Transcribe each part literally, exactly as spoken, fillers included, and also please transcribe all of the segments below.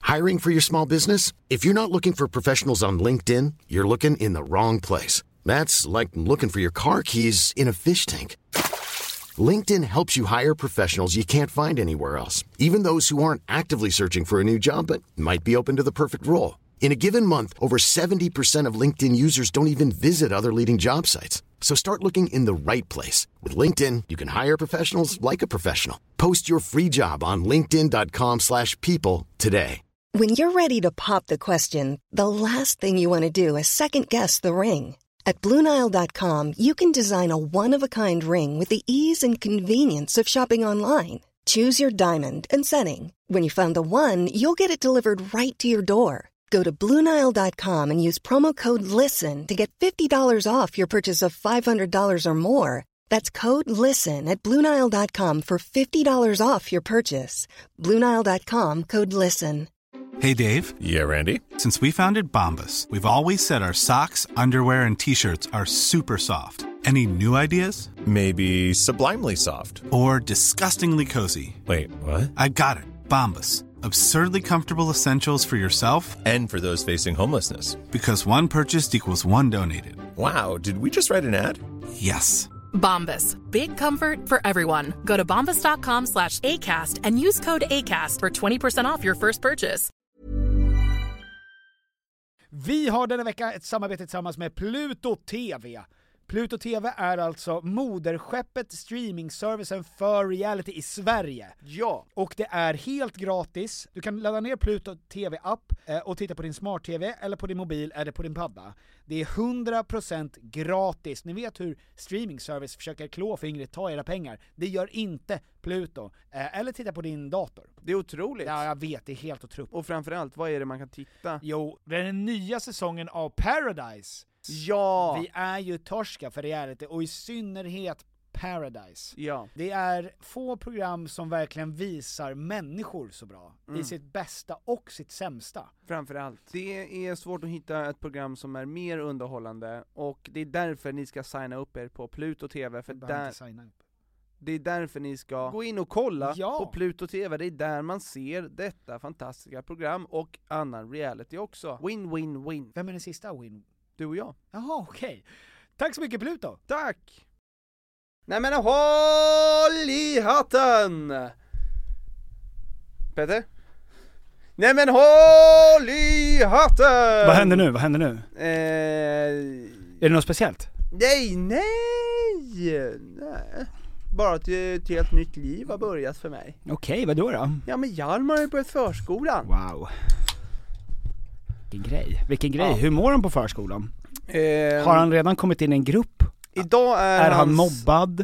Hiring for your small business? If you're not looking for professionals on LinkedIn, you're looking in the wrong place. That's like looking for your car keys in a fish tank. LinkedIn helps you hire professionals you can't find anywhere else, even those who aren't actively searching for a new job but might be open to the perfect role. In a given month, over seventy percent of LinkedIn users don't even visit other leading job sites. So start looking in the right place. With LinkedIn, you can hire professionals like a professional. Post your free job on linkedin dot com slash people today. When you're ready to pop the question, the last thing you want to do is second-guess the ring. At Blue Nile dot com, you can design a one-of-a-kind ring with the ease and convenience of shopping online. Choose your diamond and setting. When you find the one, you'll get it delivered right to your door. Go to Blue Nile dot com and use promo code LISTEN to get fifty dollars off your purchase of five hundred dollars or more. That's code LISTEN at Blue Nile dot com for fifty dollars off your purchase. Blue Nile dot com, code LISTEN. Hey, Dave. Yeah, Randy. Since we founded Bombas, we've always said our socks, underwear, and T-shirts are super soft. Any new ideas? Maybe sublimely soft. Or disgustingly cozy. Wait, what? I got it. Bombas. Absurdly comfortable essentials for yourself and for those facing homelessness. Because one purchased equals one donated. Wow, did we just write an ad? Yes. Bombas. Big comfort for everyone. Go to bombas dot com slash ACAST and use code ACAST for twenty percent off your first purchase. Vi har denna vecka ett samarbete tillsammans med Pluto T V. Pluto T V är alltså moderskeppet streamingservicen för reality i Sverige. Ja. Och det är helt gratis. Du kan ladda ner Pluto T V-app eh, och titta på din smart-T V eller på din mobil eller på din padda. Det är hundra procent gratis. Ni vet hur streamingservice försöker klåfingrigt ta era pengar. Det gör inte Pluto. Eh, eller titta på din dator. Det är otroligt. Ja, jag vet. Det är helt otroligt. Och framförallt, vad är det man kan titta? Jo, det är den nya säsongen av Paradise. Ja! Vi är ju torska för reality och i synnerhet Paradise. Ja. Det är få program som verkligen visar människor så bra. Mm. I sitt bästa och sitt sämsta. Framförallt. Det är svårt att hitta ett program som är mer underhållande. Och det är därför ni ska signa upp er på Pluto T V. För där... signa upp. Det är därför ni ska gå in och kolla ja. på Pluto T V. Det är där man ser detta fantastiska program och annan reality också. Win, win, win. Vem är den sista win? Du och jag. Jaha, okej. Okay. Tack så mycket, Pluto. Tack. Nej men håll i hatten. Peter? Nej men håll i hatten. Vad händer nu? Vad händer nu? Eh... Är det något speciellt? Nej, nej. Nej. Bara att ett helt nytt liv har börjat för mig. Okej, okay, vad då då? Ja men Hjalmar har ju börjat förskolan. Wow. Vilken grej, vilken grej. Ja. Hur mår han på förskolan? Eh, har han redan kommit in i en grupp? Idag är, är hans... han mobbad?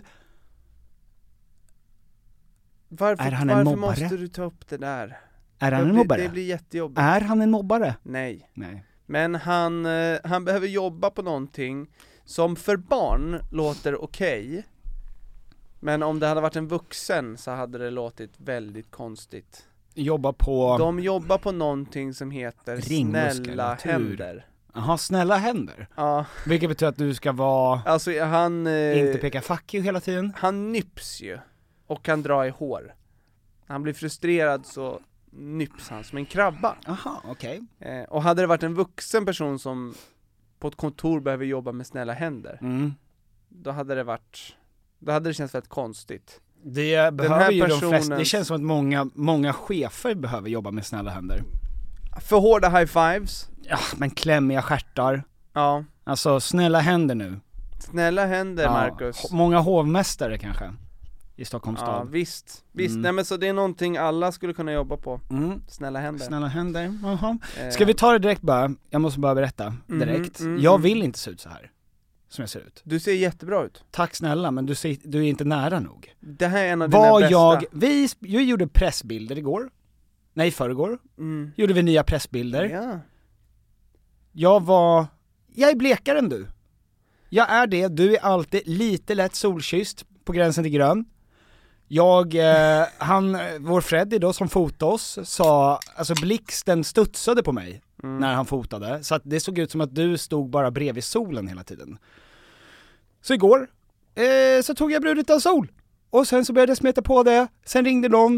Varför, är han varför en mobbare? måste du ta upp det där? Är han det en mobbare? Det blir jättejobbigt. Är han en mobbare? Nej. Nej. Men han, eh, han behöver jobba på någonting som för barn låter okej. Okay, men om det hade varit en vuxen så hade det låtit väldigt konstigt. Jobba på... De jobbar på någonting som heter snälla händer. Jaha, snälla händer? Ja. Vilket betyder att du ska vara... Alltså han... Eh, inte peka fuck you hela tiden? Han nyps ju. Och kan dra i hår. Han blir frustrerad så nyps han som en krabba. Aha, okej. Okay. Eh, och hade det varit en vuxen person som på ett kontor behöver jobba med snälla händer. Mm. Då hade det varit... Då hade det känts väldigt konstigt. Det behöver ju de flesta, det känns som att många, många chefer behöver jobba med snälla händer. För hårda high fives. Ja, men klämmiga stjärtar. Ja. Alltså snälla händer nu. Snälla händer, ja. Marcus. Många hovmästare kanske i Stockholms stad. Ja, visst. Visst, mm. Nej men så det är någonting alla skulle kunna jobba på. Mm. Snälla händer. Snälla händer, jaha. Ska vi ta det direkt bara? Jag måste bara berätta direkt. Mm, mm, jag vill inte se ut så här. Som jag ser ut. Du ser jättebra ut. Tack snälla, men du, ser, du är inte nära nog. Det här är en av dina Var bästa. Jag, vi jag gjorde pressbilder igår. Nej, förrgår. Mm. Gjorde vi nya pressbilder. Ja. Jag var... Jag är blekare än du. Jag är det. Du är alltid lite lätt solkysst på gränsen till grön. Jag, eh, han, vår Freddy då som fotade oss sa, alltså blixten studsade på mig mm. när han fotade. Så att det såg ut som att du stod bara bredvid solen hela tiden. Så igår eh, så tog jag brudet av sol. Och sen så började jag smeta på det. Sen ringde någon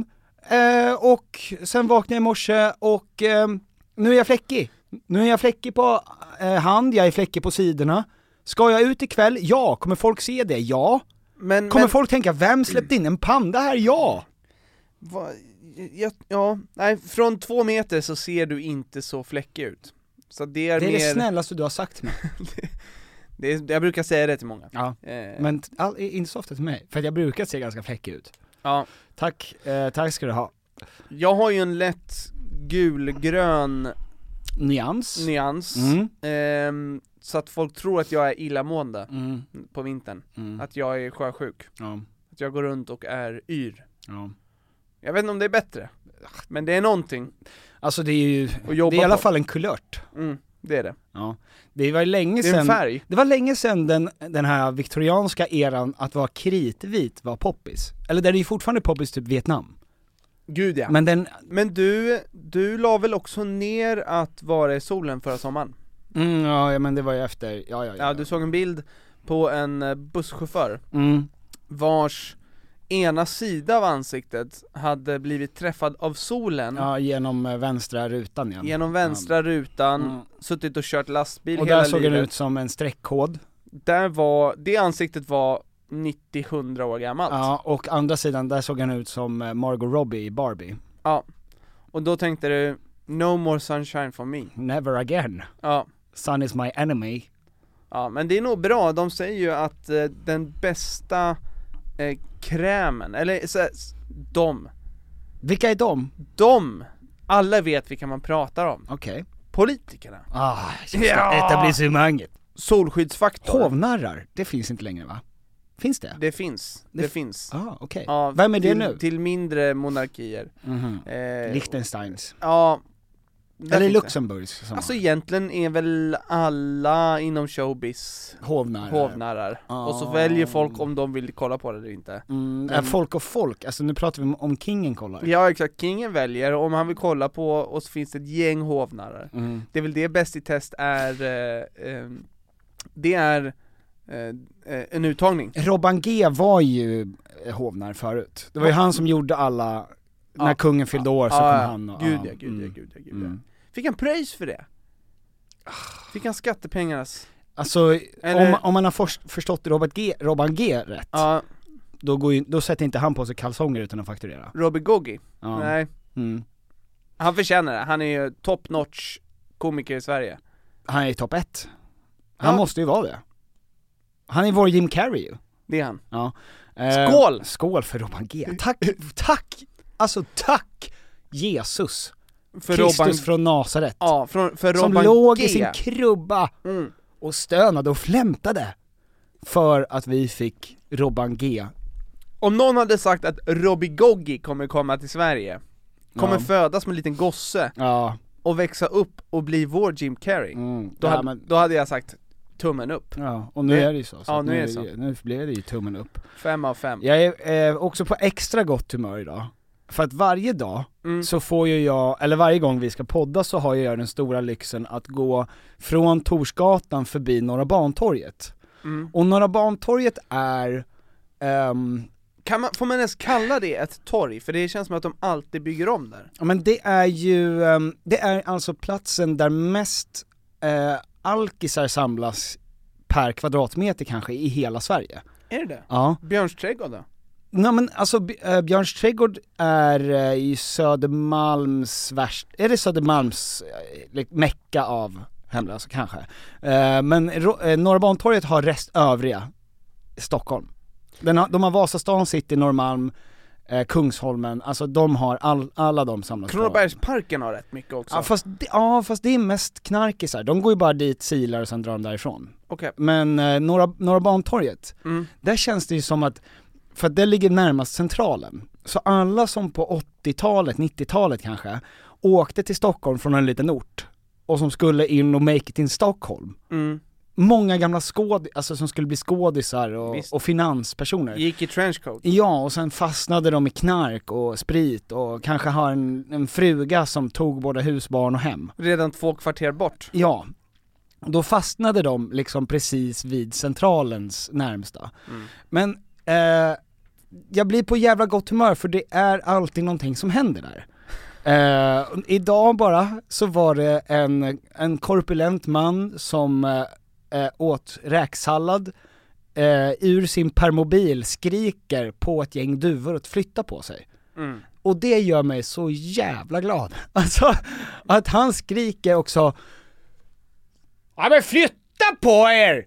eh, och sen vaknade jag i morse och eh, nu är jag fläckig. Nu är jag fläckig på eh, hand, jag är fläckig på sidorna. Ska jag ut ikväll? Ja. Kommer folk se det? Ja. Men, Kommer men, folk tänka, vem släppte in en panda här? Ja. Va, ja, ja, nej, från två meter så ser du inte så fläckig ut. Så det är, Det är mer, det snällaste du har sagt mig. det är, jag brukar säga det till många. Ja. Eh, Men all, inte så ofta till mig, för att jag brukar se ganska fläckig ut. ja. Tack, eh, tack ska du ha. Jag har ju en lätt gulgrön Nyans. nyans, Mm. ehm, så att folk tror att jag är illamående Mm. på vintern. Mm. Att jag är sjösjuk. Ja. Att jag går runt och är yr. Ja. Jag vet inte om det är bättre, men det är någonting. Alltså det är ju, Och jobba det är i alla på. fall en kulört. Mm, det är det. Ja. Det var länge Det är en sedan, färg. det var länge sedan den, den här viktorianska eran att vara kritvit var poppis. Eller där är ju fortfarande poppis typ Vietnam. Gud ja. Men, Men den, du, du la väl också ner att vara i solen förra sommaren? mm, ja, ja men det var ju efter, ja ja ja. Ja, du såg en bild på en eh, busschaufför Mm. vars ena sida av ansiktet hade blivit träffad av solen Ja, genom eh, vänstra rutan igen. genom vänstra rutan, Mm. suttit och kört lastbil Och hela där såg livet. den ut som en streckkod. Där var, det ansiktet var nittio till hundra år gammalt. Ja, och andra sidan, där såg han ut som eh, Margot Robbie i Barbie. Ja. Och då tänkte du, no more sunshine for me. Never again. Ja. Sun is my enemy. Ja, men det är nog bra. De säger ju att eh, den bästa eh, krämen, eller så, de, Vilka är de? de, alla vet vilka man pratar om. Okej. Politikerna. Ah, just Ja. det, etablissemanget. Solskyddsfaktor. Hovnarrar, det finns inte längre va? Finns det? Det finns, det, Det f- finns. Ah, okej. Ja, Vem är det till, nu? Till mindre monarkier. Mhm. Eh, Liechtensteins. Ja. där Eller finns det. Luxemburgs som Alltså har. egentligen är väl alla inom showbiz Hovnarrar. hovnarrar. Ah. Och så väljer folk om de vill kolla på det eller inte. Mm, Men- är folk och folk, alltså nu pratar vi om, om kingen kollar. Ja exakt, kingen väljer om han vill kolla på, och så finns det ett gäng hovnarrar. Mm. Det är väl det Bäst i test är, eh, eh, det är eh, eh, en uttagning. Robban G var ju eh, hovnar förut. Det var ju han som gjorde alla, när Ja. kungen fyllde år så Ja, kom ja. han och, Gud ja, ja, gud ja, mm. gud ja, gud ja. Mm. Fick han pröjs för det? Fick han skattepengarnas? Alltså, Eller- om, om man har först, förstått Robert G, Robban G rätt, Ja, då, går ju, då sätter inte han på sig kalsonger utan att fakturera. Robbie Goggi? Ja. Nej, Mm. han förtjänar det, han är ju top notch komiker i Sverige. Han är i topp ett. Han Ja. måste ju vara det. Han är vår Jim Carrey ju. Det är han. Ja. Eh, Skål! Skål för Robban G. Tack, tack! Alltså tack Jesus! För Kristus Robban, från Nasaret. ja, från, för som Robban låg G. i sin krubba Mm. och stönade och flämtade för att vi fick Robban G. Om någon hade sagt att Robbie Goggi kommer komma till Sverige, kommer Ja. födas som en liten gosse Ja. och växa upp och bli vår Jim Carrey, Mm. då, ja, hade, men, då hade jag sagt tummen upp. ja, och nu Det- är det ju så. så ja, att nu är det det, så. Nu blev det ju tummen upp. Fem av fem. Jag är eh, också på extra gott humör idag. För att varje dag Mm. så får ju jag, eller varje gång vi ska podda så har jag den stora lyxen att gå från Torsgatan förbi Norra Bantorget. Mm. Och Norra Bantorget är, ehm, Kan man, får man ens kalla det ett torg? För det känns som att de alltid bygger om där. ja men det är ju, ehm, det är alltså platsen där mest eh, alkisar samlas per kvadratmeter kanske i hela Sverige. Är det det? Ja. Björns trädgård då? Nej men alltså B- äh, Björns trädgård är äh, i Södermalms värst, är det Södermalms äh, mecka av hemlösa kanske. Äh, men ro- äh, Norra Bantorget har rest övriga Stockholm. Den har, de har Vasastan City, Norrmalm, äh, Kungsholmen, alltså de har all, alla de samlas på. Kronobergsparken har rätt mycket också. Ja fast, det, ja fast det är mest knarkisar, de går ju bara dit, silar och sen drar de därifrån. Okej. Men äh, Norra, Norra Bantorget, Mm. där känns det ju som att, för att det ligger närmast centralen, så alla som på åttiotalet, nittiotalet kanske, åkte till Stockholm från en liten ort och som skulle in och make it in Stockholm. Mm. Många gamla skåd, alltså som skulle bli skådisar och, Visst. och finanspersoner. Gick i trenchcoat. Ja, och sen fastnade de i knark och sprit och kanske har en, en fruga som tog både hus, barn och hem. Redan två kvarter bort. Ja, då fastnade de liksom precis vid centralens närmsta. Mm. Men eh, jag blir på jävla gott humör för det är alltid någonting som händer där. Uh, idag bara så var det en, en korpulent man som uh, uh, åt räksallad uh, ur sin permobil, skriker på ett gäng duvor att flytta på sig. Mm. Och det gör mig så jävla glad. Alltså att han skriker också: ja men flytta på er!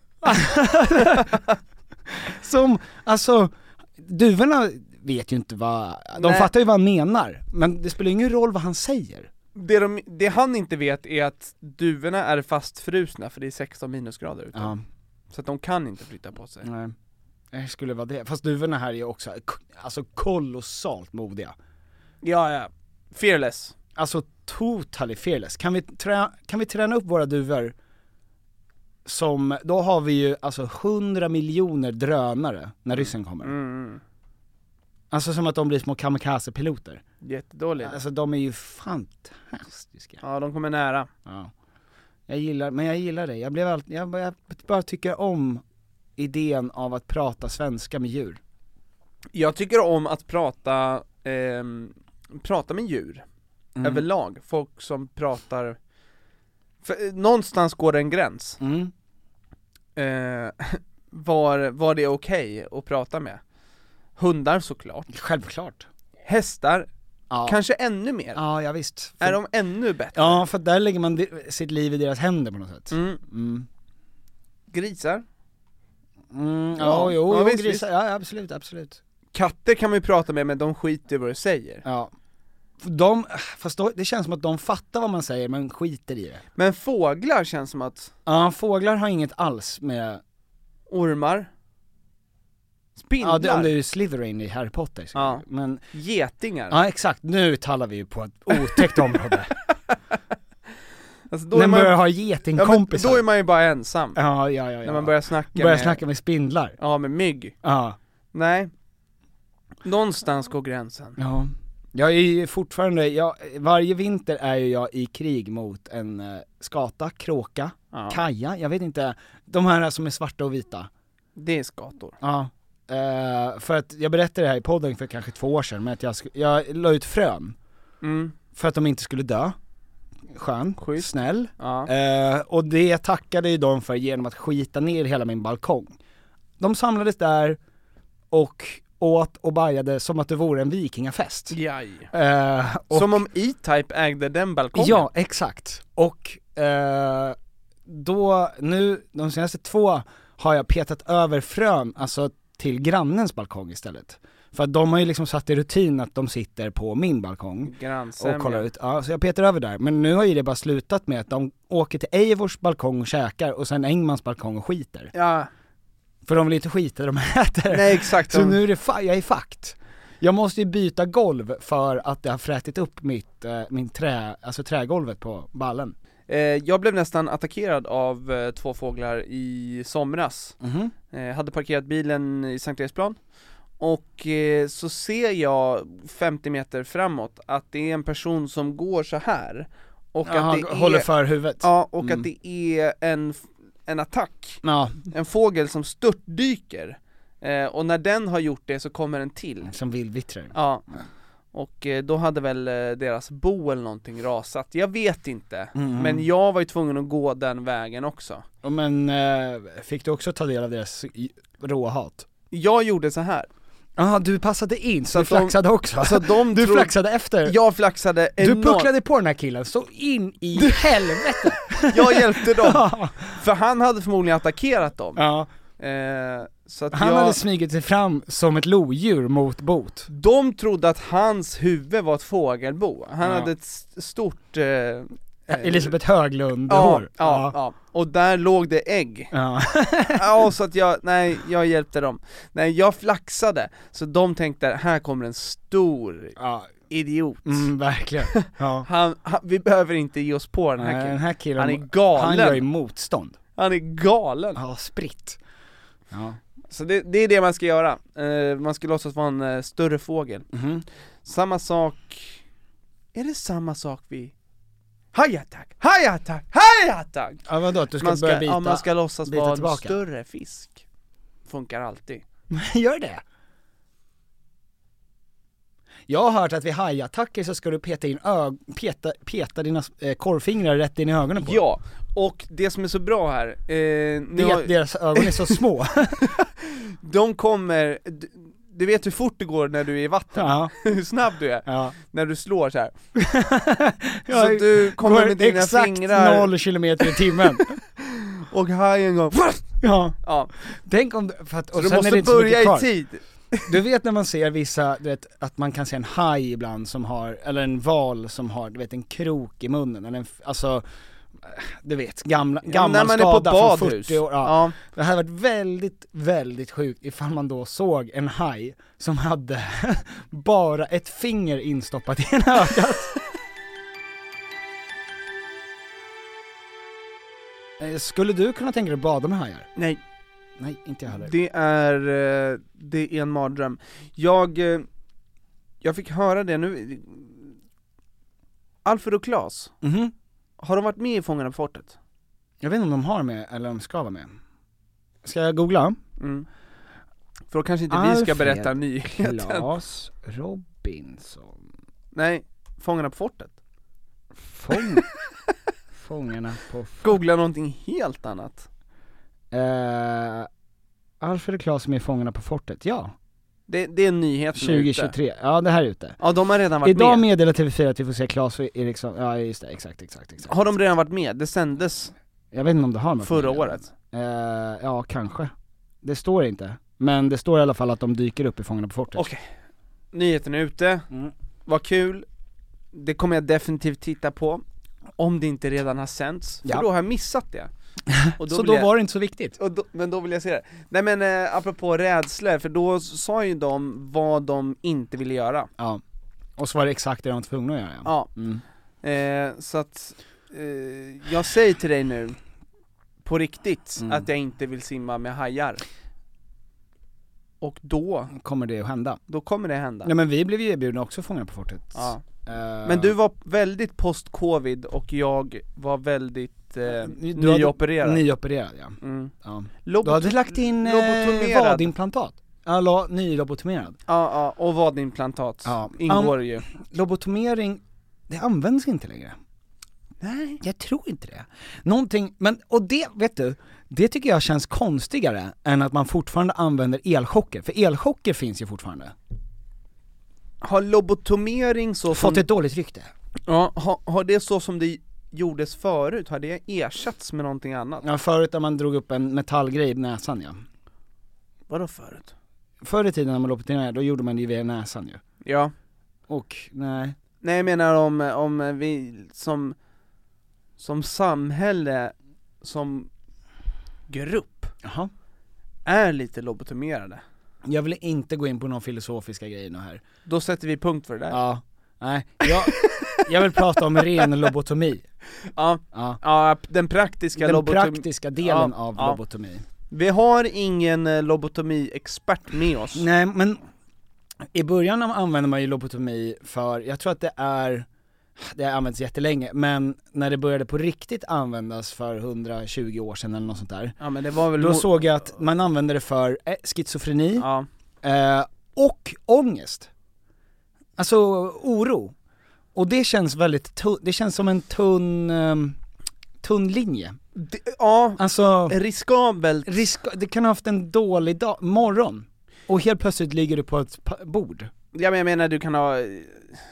Som, alltså duvorna vet ju inte vad, de Nej. fattar ju vad han menar, men det spelar ingen roll vad han säger. Det, de, det han inte vet är att duvorna är fastfrusna för det är sexton minusgrader ute. Ja. Så att de kan inte flytta på sig. Nej, det skulle vara det. Fast duvorna här är också alltså kolossalt modiga. Ja, ja. Fearless. Alltså totally fearless. Kan vi, trä, kan vi träna upp våra duvor som, då har vi ju alltså hundra miljoner drönare när ryssen kommer. Mm. Alltså som att de blir små kamikaze-piloter. Jättedåliga. Alltså de är ju fantastiska. Ja, de kommer nära. Ja. Jag gillar, men jag gillar det. Jag blev alltid, jag, jag bara tycker om idén av att prata svenska med djur. Jag tycker om att prata eh, prata med djur. Mm. Överlag. Folk som pratar, för, någonstans går det en gräns. Mm. Eh, var, var det är okej att prata med. Hundar såklart. Självklart. Hästar, ja. Kanske ännu mer. Ja, ja visst. För... Är de ännu bättre? Ja, för där lägger man sitt liv i deras händer på något sätt. Mm. Mm. Grisar? Mm, ja, ja, jo, ja, jo visst, grisar. Visst. Ja, absolut, absolut. Katter kan man ju prata med, men de skiter i vad du säger. Ja. De, fast då, det känns som att de fattar vad man säger, men skiter i det. Men fåglar känns som att... Ja, fåglar har inget alls med... Ormar? Spindlar? Ja, det, om det är Slytherin i Harry Potter. Ja. Men... Getingar? Ja, exakt. Nu talar vi ju på ett otäckt område. Alltså då när man börjar ha getingkompisar. Ja, då är man ju bara ensam. Ja, ja, ja, ja. När man börjar snacka börjar med... snacka med spindlar. Ja, med mygg. Ja. Nej. Någonstans går gränsen. Ja. Jag är ju fortfarande, jag, varje vinter är ju jag i krig mot en uh, skata, kråka, ja. kaja, jag vet inte, de här som är svarta och vita. Det är skator. Ja, uh, för att jag berättade det här i podden för kanske två år sedan, men att jag, jag la ut frön mm. för att de inte skulle dö. Skön, Skit. snäll. Ja. Uh, och det tackade ju de för genom att skita ner hela min balkong. De samlades där och åt och bajade som att det vore en vikingafest. Jaj. Uh, och, som om E-Type ägde den balkongen. Ja, exakt. Och uh, då, nu, de senaste två har jag petat över frön, alltså till grannens balkong istället. För att de har ju liksom satt i rutin att de sitter på min balkong Grannsämja. och kollar ut. Ja, så jag petar över där. Men nu har ju det bara slutat med att de åker till Eivors balkong och käkar och sen Engmans balkong och skiter. Ja. För de vill inte skita, de äter. Nej, exakt. Så nu är det fa- jag är fakt. Jag måste ju byta golv för att det har frätit upp mitt, äh, min trä, alltså trägolvet på ballen. Eh, jag blev nästan attackerad av eh, två fåglar i somras. Mm-hmm. Eh, hade parkerat bilen i Sankt Eriksplan. Och eh, så ser jag femtio meter framåt att det är en person som går så här. Och ja, att det är, håller för huvudet. Ja, och mm. att det är en, en attack. Ja. En fågel som störtdyker. Eh, och när den har gjort det så kommer en till. Som vildvittrar. Ja. Och eh, då hade väl eh, deras bo eller någonting rasat. Jag vet inte. Mm. Men jag var ju tvungen att gå den vägen också. Men eh, fick du också ta del av deras råhat? Jag gjorde så här. Ja, du passade in, så du flaxade de, också. Alltså de du tro... flaxade efter. Jag flaxade enormt. Du pucklade på den här killen, så in i du... helvete. Jag hjälpte dem. För han hade förmodligen attackerat dem. Ja. Eh, så att han jag... hade smugit sig fram som ett lodjur mot bot. De trodde att hans huvud var ett fågelbo. Han ja. hade ett stort... Eh... Elisabeth Höglund ja, hår. Ja, ja, ja. Och där låg det ägg. Ja. Ja, så att jag, nej, jag hjälpte dem. Nej, jag flaxade. Så de tänkte, här kommer en stor ja. idiot. Mm, verkligen. Ja. Han, han, vi behöver inte ge oss på den här killen. Den här killen han är galen. Han gör ju motstånd. Han är galen. Ja, spritt. Ja. Så det, det är det man ska göra. Uh, man ska låtsas vara en uh, större fågel. Mm-hmm. Samma sak. Är det samma sak vi... Hajattack, hajattack, hajattack! Ja, vadå? Att du ska, man ska börja bita, ja, man ska låtsas vara tillbaka. En större fisk. Funkar alltid. Gör det? Jag har hört att vid hajattacker så ska du peta in ög- peta, peta dina eh, korvfingrar rätt in i ögonen på. Ja, och det som är så bra här, eh, Det nu är har, att deras ögon är så små. de kommer, du, du vet hur fort det går när du är i vatten, Ja. hur snabb du är, Ja. när du slår så här. Ja, Så du kommer går med dina exakt fingrar noll kilometer i timmen. och hajen går, Ja. ja. Tänk om, för att, Så och du sen är det måste inte så mycket börja i kvar. tid. Du vet när man ser vissa, du vet att man kan se en haj ibland som har, eller en val som har, du vet en krok i munnen, eller en, alltså, du vet, gamla, Ja, gammal när man är på skada från badhus. fyrtio år. Ja. Ja. Det hade varit väldigt, väldigt sjukt ifall man då såg en haj som hade bara ett finger instoppat i en ögat. Eh, Skulle du kunna tänka dig att bada med hajar? Nej, Nej, inte jag heller. det är, eh, det är en mardröm. Jag, eh, jag fick höra det nu, Alfred och Klas, Mhm. har de varit med i Fångarna på fortet? Jag vet inte om de har med eller om de ska vara med. Ska jag googla? Mm. För då kanske inte vi ska berätta nyheten. Klas Robinson. Nej, Fångarna på fortet. Fång... Fångarna på... Googla någonting helt annat. Uh, Alfred och Klas med Fångarna på fortet, ja. Det, det är en nyhet som är tjugo ute. tjugotre, ja det här är ute. Ja, de har redan varit Idag med. meddelar T V fyra att vi får se Klas och Eriksson, ja just det, exakt, exakt, exakt. Har de redan varit med? Det sändes Jag vet inte om det har med förra med. året. Uh, ja, kanske. Det står inte. Men det står i alla fall att de dyker upp i Fångarna på fortet. Okej. Nyheten är ute. Mm. Vad kul. Det kommer jag definitivt titta på. Om det inte redan har sänts. För Ja. då har jag missat det. Och Så vill då jag, var det inte så viktigt. och då, Men då vill jag se det. Nej men eh, apropå rädslor, för då sa ju de vad de inte ville göra. Ja. Och så var det exakt det de var tvungna att göra. Ja. Mm. Eh, så att eh, jag säger till dig nu på riktigt Mm. att jag inte vill simma med hajar. Och då, Kommer det att hända? då kommer det hända. Ja men vi blev ju erbjudna också Fångarna på fortet. Ja. Uh, Men du var väldigt post-covid och jag var väldigt eh, du hade- nyopererad. Nyopererad, ja. Mm. ja. Lobot- Du hade lagt in eh, lobotomerad. vadimplantat. Ja, la, nylobotomerad. Ja, ja, och vadimplantat Ja. ingår Um, ju. Lobotomering, det används inte längre. Nej. Jag tror inte det. Någonting, men, och det, vet du, det tycker jag känns konstigare än att man fortfarande använder elchocker, för elchocker finns ju fortfarande. Har lobotomering så Fått som, ett dåligt rykte. ja, har, har det så som det gjordes förut, har det ersatts med någonting annat? Ja, förut när man drog upp en metallgrej i näsan, ja. Vadå förut? Förr i tiden när man lobotomerade, då gjorde man det via näsan ju. Ja. Och, nej. Nej, jag menar om, om vi som, som samhälle, som grupp, Jaha. är lite lobotomerade. Jag vill inte gå in på någon filosofiska grejer nu här. Då sätter vi punkt för det där. Ja, nej. Jag, jag vill prata om ren lobotomi. Ja, Ja. ja den praktiska Den lobotomi. praktiska delen Ja, av ja. lobotomi. Vi har ingen eh, lobotomi-expert med oss. Nej, men i början använder man ju lobotomi för, jag tror att det är, det har använts jättelänge, men när det började på riktigt användas för hundratjugo år sedan eller något sånt där, Ja, men det var väl då mo- såg jag att man använde det för eh, schizofreni Ja, eh, och ångest. Alltså oro. Och det känns väldigt tu- det känns som en tunn, um, tunn linje. det, ja Alltså, riskabelt. risk, det kan ha haft en dålig dag, morgon, och helt plötsligt ligger du på ett pa- bord. Ja, men jag menar du kan ha eh,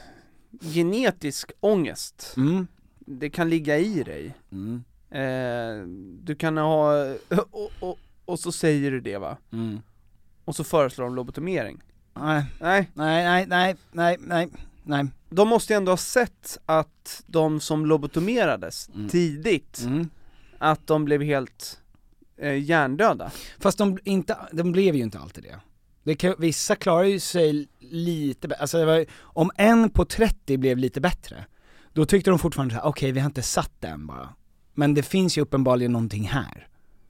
genetisk ångest. Mm. Det kan ligga i dig. Mm. Eh, du kan ha, och, och, och så säger du det va? Mm. Och så föreslår de lobotomering. Nej, Nej, nej, nej, nej, nej, nej, nej. de måste ju ändå ha sett att de som lobotomerades Mm. tidigt, Mm. att de blev helt eh, hjärndöda. Fast de, inte, de blev ju inte alltid det. det kan, vissa klarar ju sig lite bättre, alltså det var, om en på trettio blev lite bättre, då tyckte de fortfarande okej, okay, vi har inte satt den bara. Men det finns ju uppenbarligen någonting här.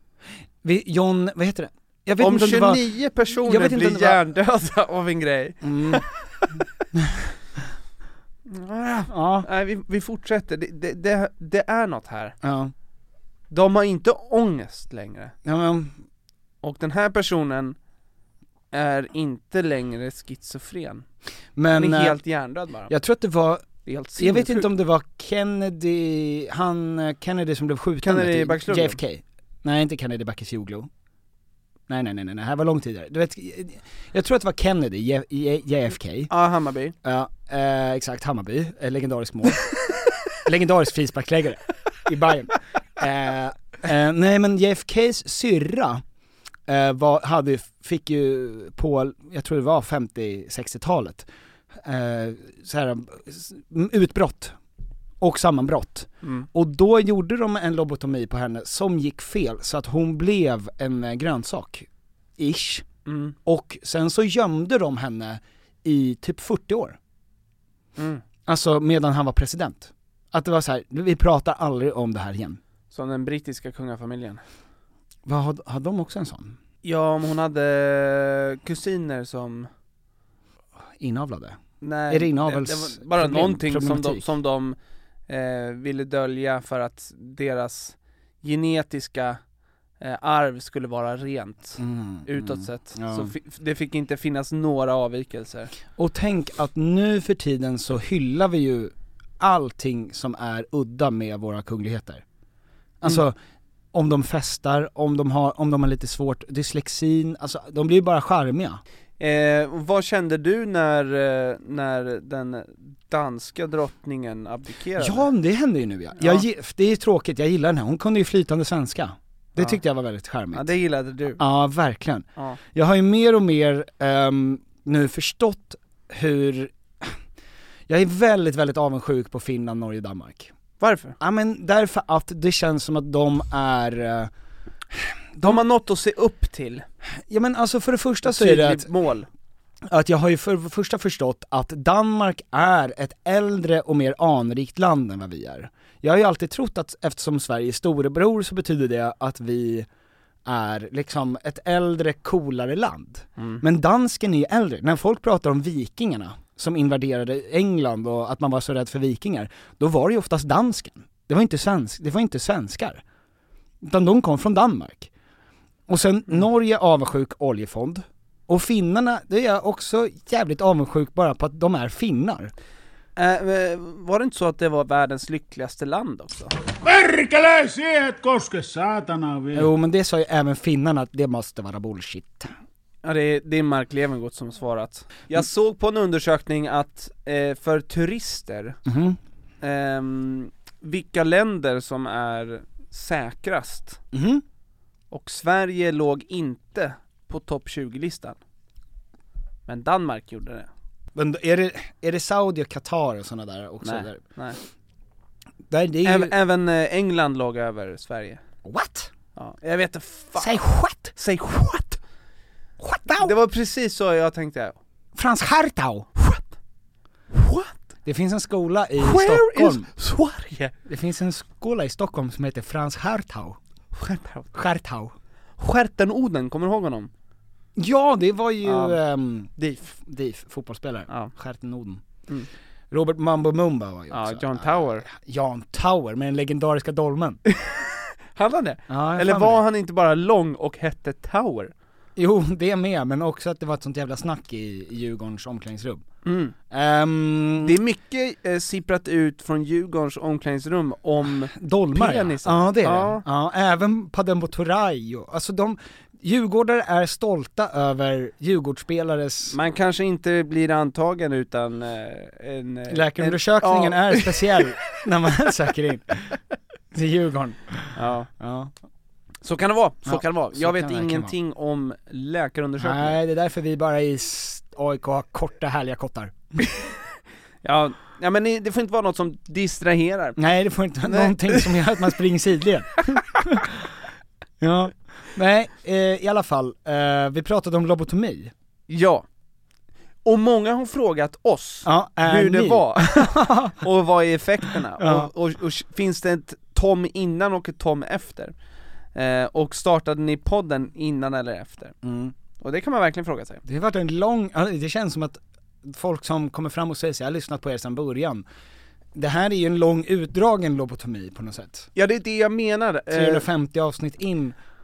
Vi, John, vad heter det? Jag vet Om inte om det var... tjugonio Jag personer vet inte om blir det var- hjärndöda av en grej. Mm. Ja, Nej, vi, vi fortsätter. Det, det, det, det är något här. ja. De har inte ångest längre. Ja, men, Och den här personen är inte längre schizofren. Men han är eh, helt hjärndöd bara. jag tror att det var, Det är helt jag vet sinnessjukt. inte om det var Kennedy, han eh, Kennedy som blev skjuten Kennedy till Bakircioglu. J F K. Nej, inte Kennedy Bakircioglu. Nej, nej, nej, nej, det här var långt tidigare. Du vet, jag tror att det var Kennedy, J- J- J F K. Ja, Hammarby. Ja, eh, exakt, Hammarby, eh, legendarisk mål. Legendarisk frisparkläggare i Bayern. Eh, eh, nej men J F K's syrra eh, var, hade, fick ju på, jag tror det var femtio-sextiotalet, eh, så här, utbrott och sammanbrott. Mm. Och då gjorde de en lobotomi på henne som gick fel så att hon blev en eh, grönsak, ish. Mm. Och sen så gömde de henne i typ fyrtio år. Mm. Alltså medan han var president. Att det var så här, vi pratar aldrig om det här igen. Som den brittiska kungafamiljen. Vad hade, hade de också en sån? Ja, om hon hade kusiner som... Inavlade? Nej, Är det inavels det var bara problem- någonting som de, problematik? som de eh, ville dölja för att deras genetiska eh, arv skulle vara rent Mm, utåt mm. sett. Ja. Så fi- det fick inte finnas några avvikelser. Och tänk att nu för tiden så hyllar vi ju allting som är udda med våra kungligheter. Alltså Mm. om de festar, om de har, om de har lite svårt, dyslexin, alltså de blir ju bara charmiga. Eh, vad kände du när, eh, när den danska drottningen abdikerade? Ja, det händer ju nu ja. Ja. Jag, ge- det är tråkigt, jag gillar den här, hon kunde ju flytande svenska. Det Ja. tyckte jag var väldigt charmigt. Ja, det gillade du. Ja, verkligen. Ja. Jag har ju mer och mer um, nu förstått hur, jag är väldigt, väldigt avundsjuk på Finland, Norge, Danmark. Varför? Ja men därför att det känns som att de är, uh, De har något att se upp till. ja men alltså för det första Ett så är det tydligt att, mål. att jag har ju för det första förstått att Danmark är ett äldre och mer anrikt land än vad vi är. Jag har ju alltid trott att eftersom Sverige är storebror så betyder det att vi är liksom ett äldre, coolare land. Mm. Men dansken är ju äldre. När folk pratar om vikingarna som invaderade England och att man var så rädd för vikingar, då var det ju oftast dansken. Det var inte svensk, det var inte svenskar. Utan de kom från Danmark. Och sen Mm. Norge avundsjuk oljefond. Och finnarna, det är jag också jävligt avundsjuk bara på att de är finnar. Äh, var det inte så att det var världens lyckligaste land också? Perkele, siihen koske saatana vielä. Jo men det sa ju även finnarna att det måste vara bullshit. Ja, det är, det är Mark Levengood som svarat. Jag såg på en undersökning att eh, för turister, Mhm. ehm, vilka länder som är säkrast. Mhm. Och Sverige låg inte på topp tjugo-listan. Men Danmark gjorde det. Men är det, är det Saudi och Qatar och sådana där också? Nej, Där? nej. Där, det är ju... Även, även eh, England låg över Sverige. What? Ja, jag vet inte fan. Säg what? Säg what? What now? Det var precis så jag tänkte. Frans Hartau. What? What? Det finns en skola i Where Stockholm. is Sverige? Det finns en skola i Stockholm som heter Frans Hartau. Skärtau. Hartau. Skärten-Oden, kommer du ihåg honom? Ja, det var ju Ja. ehm, Dif. Dif, fotbollsspelare. Ja. Skärten-Oden. Mm. Robert Mambo Mumba var ju Ja, också. John Tower. Jan Tower med den legendariska dolmen. Hade han det? Ja, jag Eller fan var det. han inte bara lång och hette Tower? Jo, det med, men också att det var ett sånt jävla snack i, i Djurgårdens omklädningsrum. Mm. Ehm, Det är mycket eh, sipprat ut från Djurgårdens omklädningsrum om dolmar, penisen. ja. Ja, det är Ja. det. Ja, även Padembo Turay och, alltså de, djurgårdare är stolta över djurgårdsspelares... man kanske inte blir antagen utan eh, en... eh, Läkarundersökningen en, ja. är speciell när man söker in till Djurgården. Ja. Ja. Så kan det vara, så Ja, kan det vara. så Jag kan vet det verkligen ingenting om läkarundersökningar. Nej, det är därför vi bara i s- A I K har korta härliga kottar. Ja, ja men det får inte vara något som distraherar. Nej, det får inte vara Nej. någonting som gör att man springer sidled. Ja, nej, eh, i alla fall, eh, vi pratade om lobotomi. Ja. Och många har frågat oss Ja, är hur det ni? var och vad är effekterna Ja. och, och, och finns det ett tom innan och ett tom efter? Eh, och startade ni podden innan eller efter? Mm. Och det kan man verkligen fråga sig. Det har varit en lång, ja, det känns som att folk som kommer fram och säger så, jag har lyssnat på er sedan början. Det här är ju en lång utdragen lobotomi på något sätt. Ja, det är det jag menar. Eh, trehundrafemtio avsnitt in.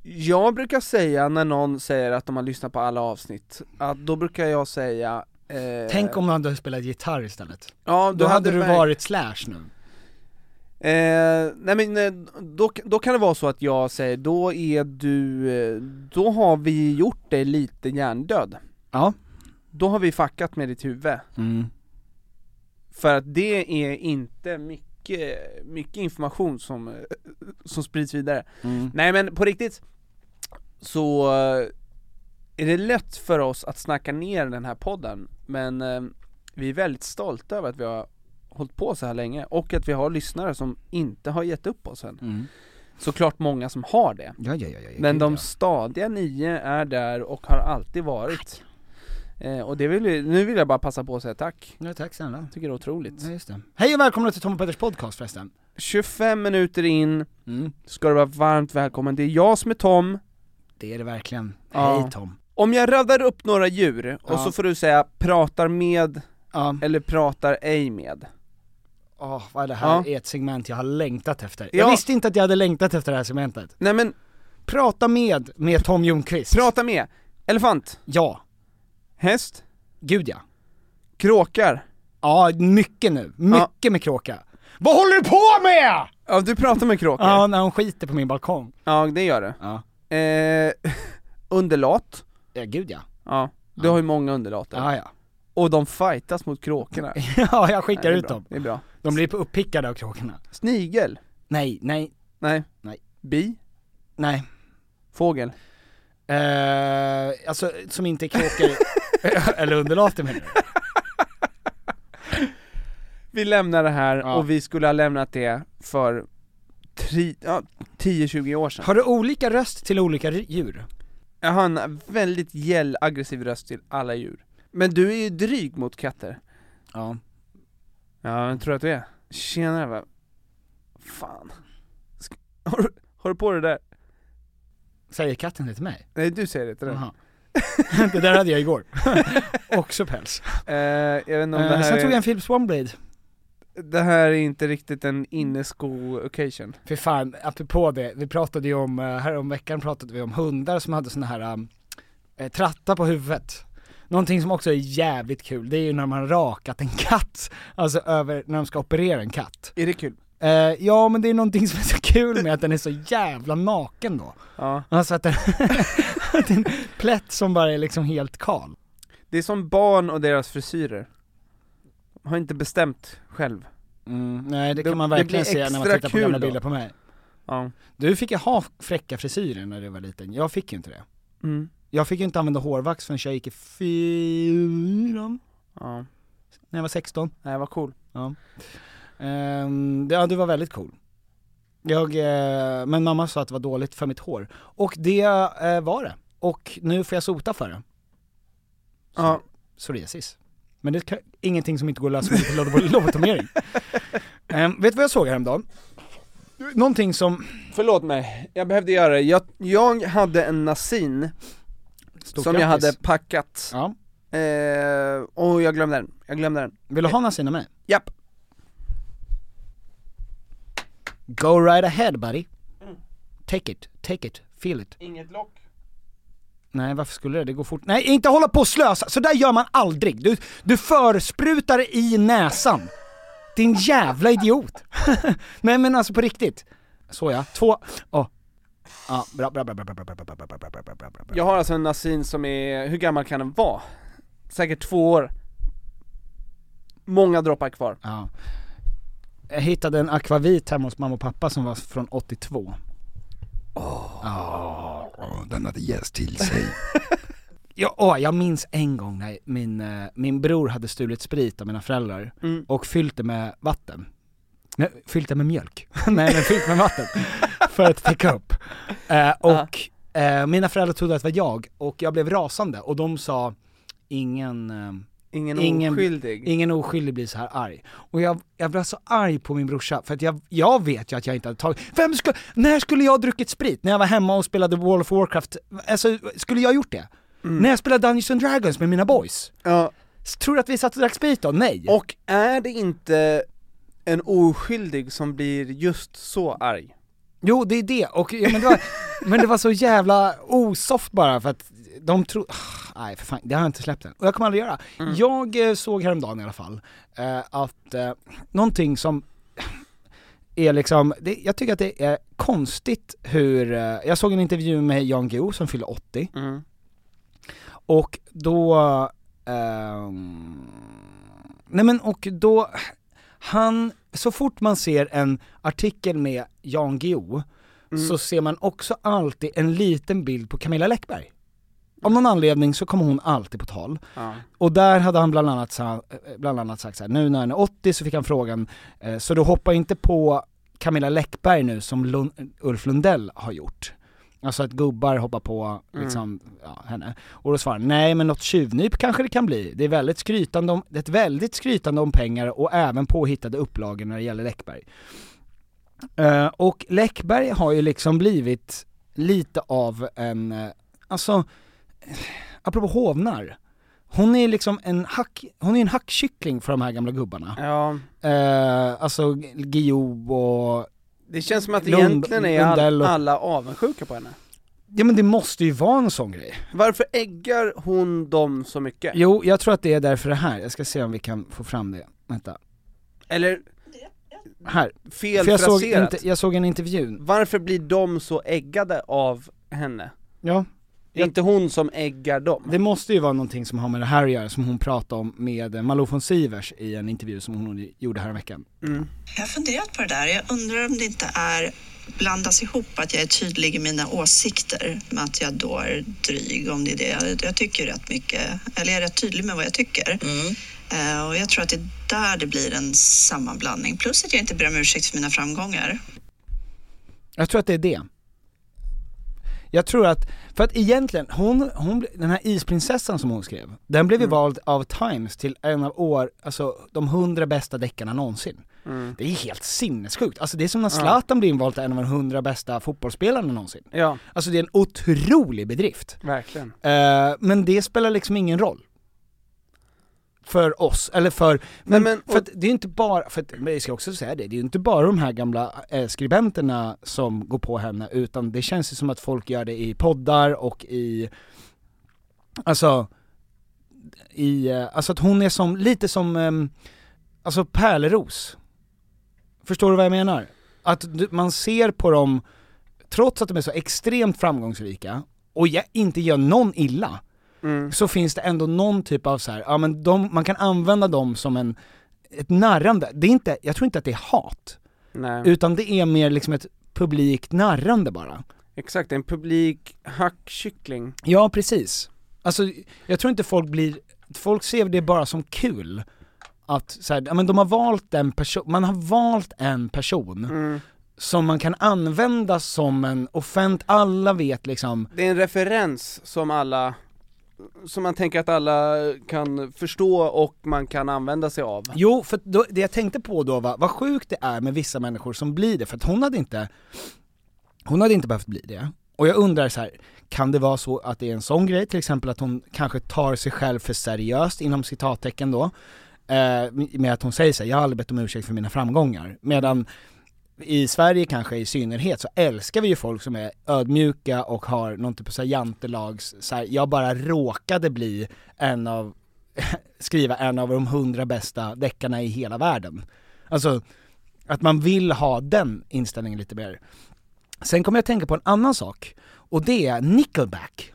Jag brukar säga när någon säger att de har lyssnat på alla avsnitt, att då brukar jag säga eh, tänk om du hade spelat gitarr istället. Ja, då, då hade, hade du verk- varit Slash nu. Eh, nej men då, då kan det vara så att jag säger, då är du, då har vi gjort dig lite hjärndöd. Ja. Då har vi fuckat med ditt huvud. Mm. För att det är inte mycket, mycket information som, som sprids vidare. Mm. Nej men på riktigt så är det lätt för oss att snacka ner den här podden. Men eh, vi är väldigt stolta över att vi har hållit på så här länge. Och att vi har lyssnare som inte har gett upp oss än. Mm. Såklart många som har det. Ja, ja, ja, ja, men de ja. stadiga nio är där och har alltid varit. Eh, och det vill vi, nu vill jag bara passa på att säga tack. Ja, tack snälla. Tycker det är otroligt. Ja, just det. Hej och välkomna till Tom och Petters podcast förresten. tjugofem minuter in mm. ska du vara varmt välkommen. Det är jag som är Tom. Det är det verkligen. Ja. Hej Tom. Om jag radar upp några djur och ja. så får du säga pratar med ja. eller pratar ej med. Åh, oh, vad är det här ja. är ett segment jag har längtat efter. Ja. Jag visste inte att jag hade längtat efter det här segmentet. Nej men prata med med Tom Ljungqvist. Prata med. Elefant. Ja. Häst. Gud ja. Kråkar. Ja, mycket nu. Mycket ja. med kråka. Vad håller du på med? Ja, du pratar med kråkor. Ja, när hon skiter på min balkong. Ja, det gör det. Ja. Eh, underlat. Ja, gud ja. Ja, du ja. har ju många underlater. Ja, ja. Och de fightas mot kråkorna. Ja, jag skickar nej, ut bra. dem. Det är bra. De blir uppickade av kråkorna. Snigel. Nej, nej. Nej. Nej. Bi. Nej. Fågel. Eh, alltså, som inte är kråkor. Eller underlater menar du? Vi lämnar det här ja. och vi skulle ha lämnat det för tri- ja, tio tjugo år sedan. Har du olika röst till olika djur? Jag har en väldigt gäll, aggressiv röst till alla djur. Men du är ju dryg mot katter. Ja. Ja, jag tror att du är. Tjena, va? Fan. Ska... Har, du, har du på det där? Säger katten det till mig? Nej, du säger det till den. Det där hade jag igår. Också päls. Uh, jag vet inte om uh, det här sen är... tog jag en Philips OneBlade. Det här är inte riktigt en innesko-occasion. För fan, apropå det, vi pratade ju om, här om veckan pratade vi om hundar som hade såna här um, tratta på huvudet. Någonting som också är jävligt kul, det är ju när man har rakat en katt. Alltså över, när de ska operera en katt. Är det kul? Uh, ja, men det är någonting som är så kul med att den är så jävla naken då. Ja. Alltså att den, att en plätt som bara är liksom helt kal. Det är som barn och deras frisyrer. Har inte bestämt själv. Mm, nej, det kan det, man verkligen se när man tittar på gamla bilder på mig. Ja. Du fick ju ha fräcka frisyrer när du var liten. Jag fick ju inte det. Mm. Jag fick ju inte använda hårvax förrän jag gick i fyran. Ja. När jag var sexton. Nej, jag var cool. Ja. Um, ja, du var väldigt cool. Jag, uh, men mamma sa att det var dåligt för mitt hår. Och det uh, var det. Och nu får jag sota för det. Så, ja. Psoriasis. Men det är ingenting som inte går att lösa med till lobotomering. um, vet du vad jag såg häromdagen? Någonting som... Förlåt mig, jag behövde göra det. Jag, jag hade en nasin Stort som grattis. jag hade packat. Ja. Eh, och jag glömde den. Jag glömde den. Vill du ha nasin av mig? Japp. Go right ahead, buddy. Mm. Take it, take it, feel it. Inget lock. Nej, varför skulle det? Det går fort. Nej, inte hålla på och slösa. Så där gör man aldrig. Du, du försprutar i näsan. Din jävla idiot. Nej, men alltså på riktigt. Så ja, två. Åh. Ja, bra, bra, bra, bra, bra, bra, bra, bra, bra, bra, bra, bra. Jag har alltså en nasin som är, hur gammal kan den vara? Säkert två år. Många droppar kvar. Ja. Jag hittade en akvavit hemma hos mamma och pappa som var från åttiotvå. Åh, oh. oh, den hade jäst till sig. Ja, åh, jag minns en gång när min, uh, min bror hade stulit sprit av mina föräldrar mm. och fyllt det med vatten. Nej, fyllt det med mjölk. Nej, men fyllt med vatten. För att täcka upp. Uh, och uh, mina föräldrar trodde att det var jag. Och jag blev rasande. Och de sa, ingen... Uh, Ingen, ingen oskyldig. Ingen oskyldig blir så här arg. Och jag, jag blev så arg på min brorsa. För att jag, jag vet ju att jag inte hade tagit... Vem skulle, när skulle jag ha druckit sprit? När jag var hemma och spelade World of Warcraft. Alltså, skulle jag ha gjort det? Mm. När jag spelade Dungeons and Dragons med mina boys. Ja. Tror du att vi satt och drack sprit då? Nej. Och är det inte en oskyldig som blir just så arg? Jo, det är det. Och, ja, men, det var, men det var så jävla osoft bara för att de tror... Nej, för fan, det har jag inte släppt än. Och jag kommer aldrig göra. Mm. Jag eh, såg häromdagen i alla fall eh, att eh, någonting som är liksom... Det, jag tycker att det är konstigt hur... Eh, jag såg en intervju med Jan Guillou som fyllde åttio. Mm. Och då... Eh, nej men, och då... Han... Så fort man ser en artikel med Jan Guillou mm. så ser man också alltid en liten bild på Camilla Läckberg. Av någon anledning så kommer hon alltid på tal. Ja. Och där hade han bland annat, bland annat sagt så här, nu när han är åttio så fick han frågan, eh, så då hoppa inte på Camilla Läckberg nu som Lund, Ulf Lundell har gjort. Alltså att gubbar hoppar på liksom, mm. ja, henne. Och då svarar nej, men något tjuvnyp kanske det kan bli. Det är väldigt skrytande om, det är ett väldigt skrytande om pengar och även påhittade upplagor när det gäller Läckberg. Uh, och Läckberg har ju liksom blivit lite av en, uh, alltså, apropå hovnar. Hon är liksom en hack, hon är en hackkyckling för de här gamla gubbarna. Ja. Uh, alltså Guillou och... Det känns som att Lund, egentligen är all, alla avundsjuka på henne. Ja, men det måste ju vara en sån grej. Varför äggar hon dem så mycket? Jo, jag tror att det är därför det här. Jag ska se om vi kan få fram det. Vänta. Eller... Här. Fel För jag, såg inte, jag såg en intervju. Varför blir de så äggade av henne? Ja. Det är inte hon som äggar dem. Det måste ju vara någonting som har med det här att göra, som hon pratade om med Malou von Sivers i en intervju som hon gjorde här en veckan. Mm. Jag har funderat på det där. Jag undrar om det inte är blandas ihop att jag är tydlig i mina åsikter med att jag då är dryg, om det är det. Jag, jag tycker rätt mycket, eller jag är rätt tydlig med vad jag tycker. Mm. Uh, och jag tror att det är där det blir en sammanblandning. Plus att jag inte ber om ursäkt för mina framgångar. Jag tror att det är det. Jag tror att, för att egentligen, hon, hon, den här isprinsessan som hon skrev, den blev ju mm. vald av Times till en av år, alltså de hundra bästa deckarna någonsin. Mm. Det är helt sinnessjukt. Alltså det är som när Zlatan ja. blir invald till en av de hundra bästa fotbollsspelarna någonsin. Ja. Alltså det är en otrolig bedrift. Verkligen. Uh, men det spelar liksom ingen roll. För oss, eller för... Men, men, för att det är inte bara, för att, men jag ska också säga det, det är ju inte bara de här gamla eh, skribenterna som går på henne, utan det känns ju som att folk gör det i poddar och i... Alltså... I, alltså att hon är som, lite som... Eh, alltså Pärleros. Förstår du vad jag menar? Att man ser på dem, trots att de är så extremt framgångsrika, och jag inte gör någon illa... Mm. Så finns det ändå någon typ av så här, ja men de, man kan använda dem som en ett narrande. Det är inte, jag tror inte att det är hat. Nej. Utan det är mer liksom ett publikt narrande bara. Exakt, en publik hackkyckling. Ja, precis. Alltså jag tror inte folk blir, folk ser det bara som kul att så här, ja men de har valt en person, man har valt en person. Mm. Som man kan använda som en offent, alla vet liksom. Det är en referens som alla som man tänker att alla kan förstå och man kan använda sig av. Jo, för då, det jag tänkte på då var vad sjukt det är med vissa människor som blir det, för att hon hade inte hon hade inte behövt bli det. Och jag undrar så här, kan det vara så att det är en sån grej, till exempel att hon kanske tar sig själv för seriöst inom citattecken då, eh, med att hon säger så här, jag har aldrig bett om ursäkt för mina framgångar, medan i Sverige kanske i synnerhet så älskar vi ju folk som är ödmjuka och har någon typ av så här jantelags, så här, jag bara råkade bli en av skriva en av de hundra bästa deckarna i hela världen. Alltså att man vill ha den inställningen lite mer. Sen kommer jag att tänka på en annan sak, och det är Nickelback.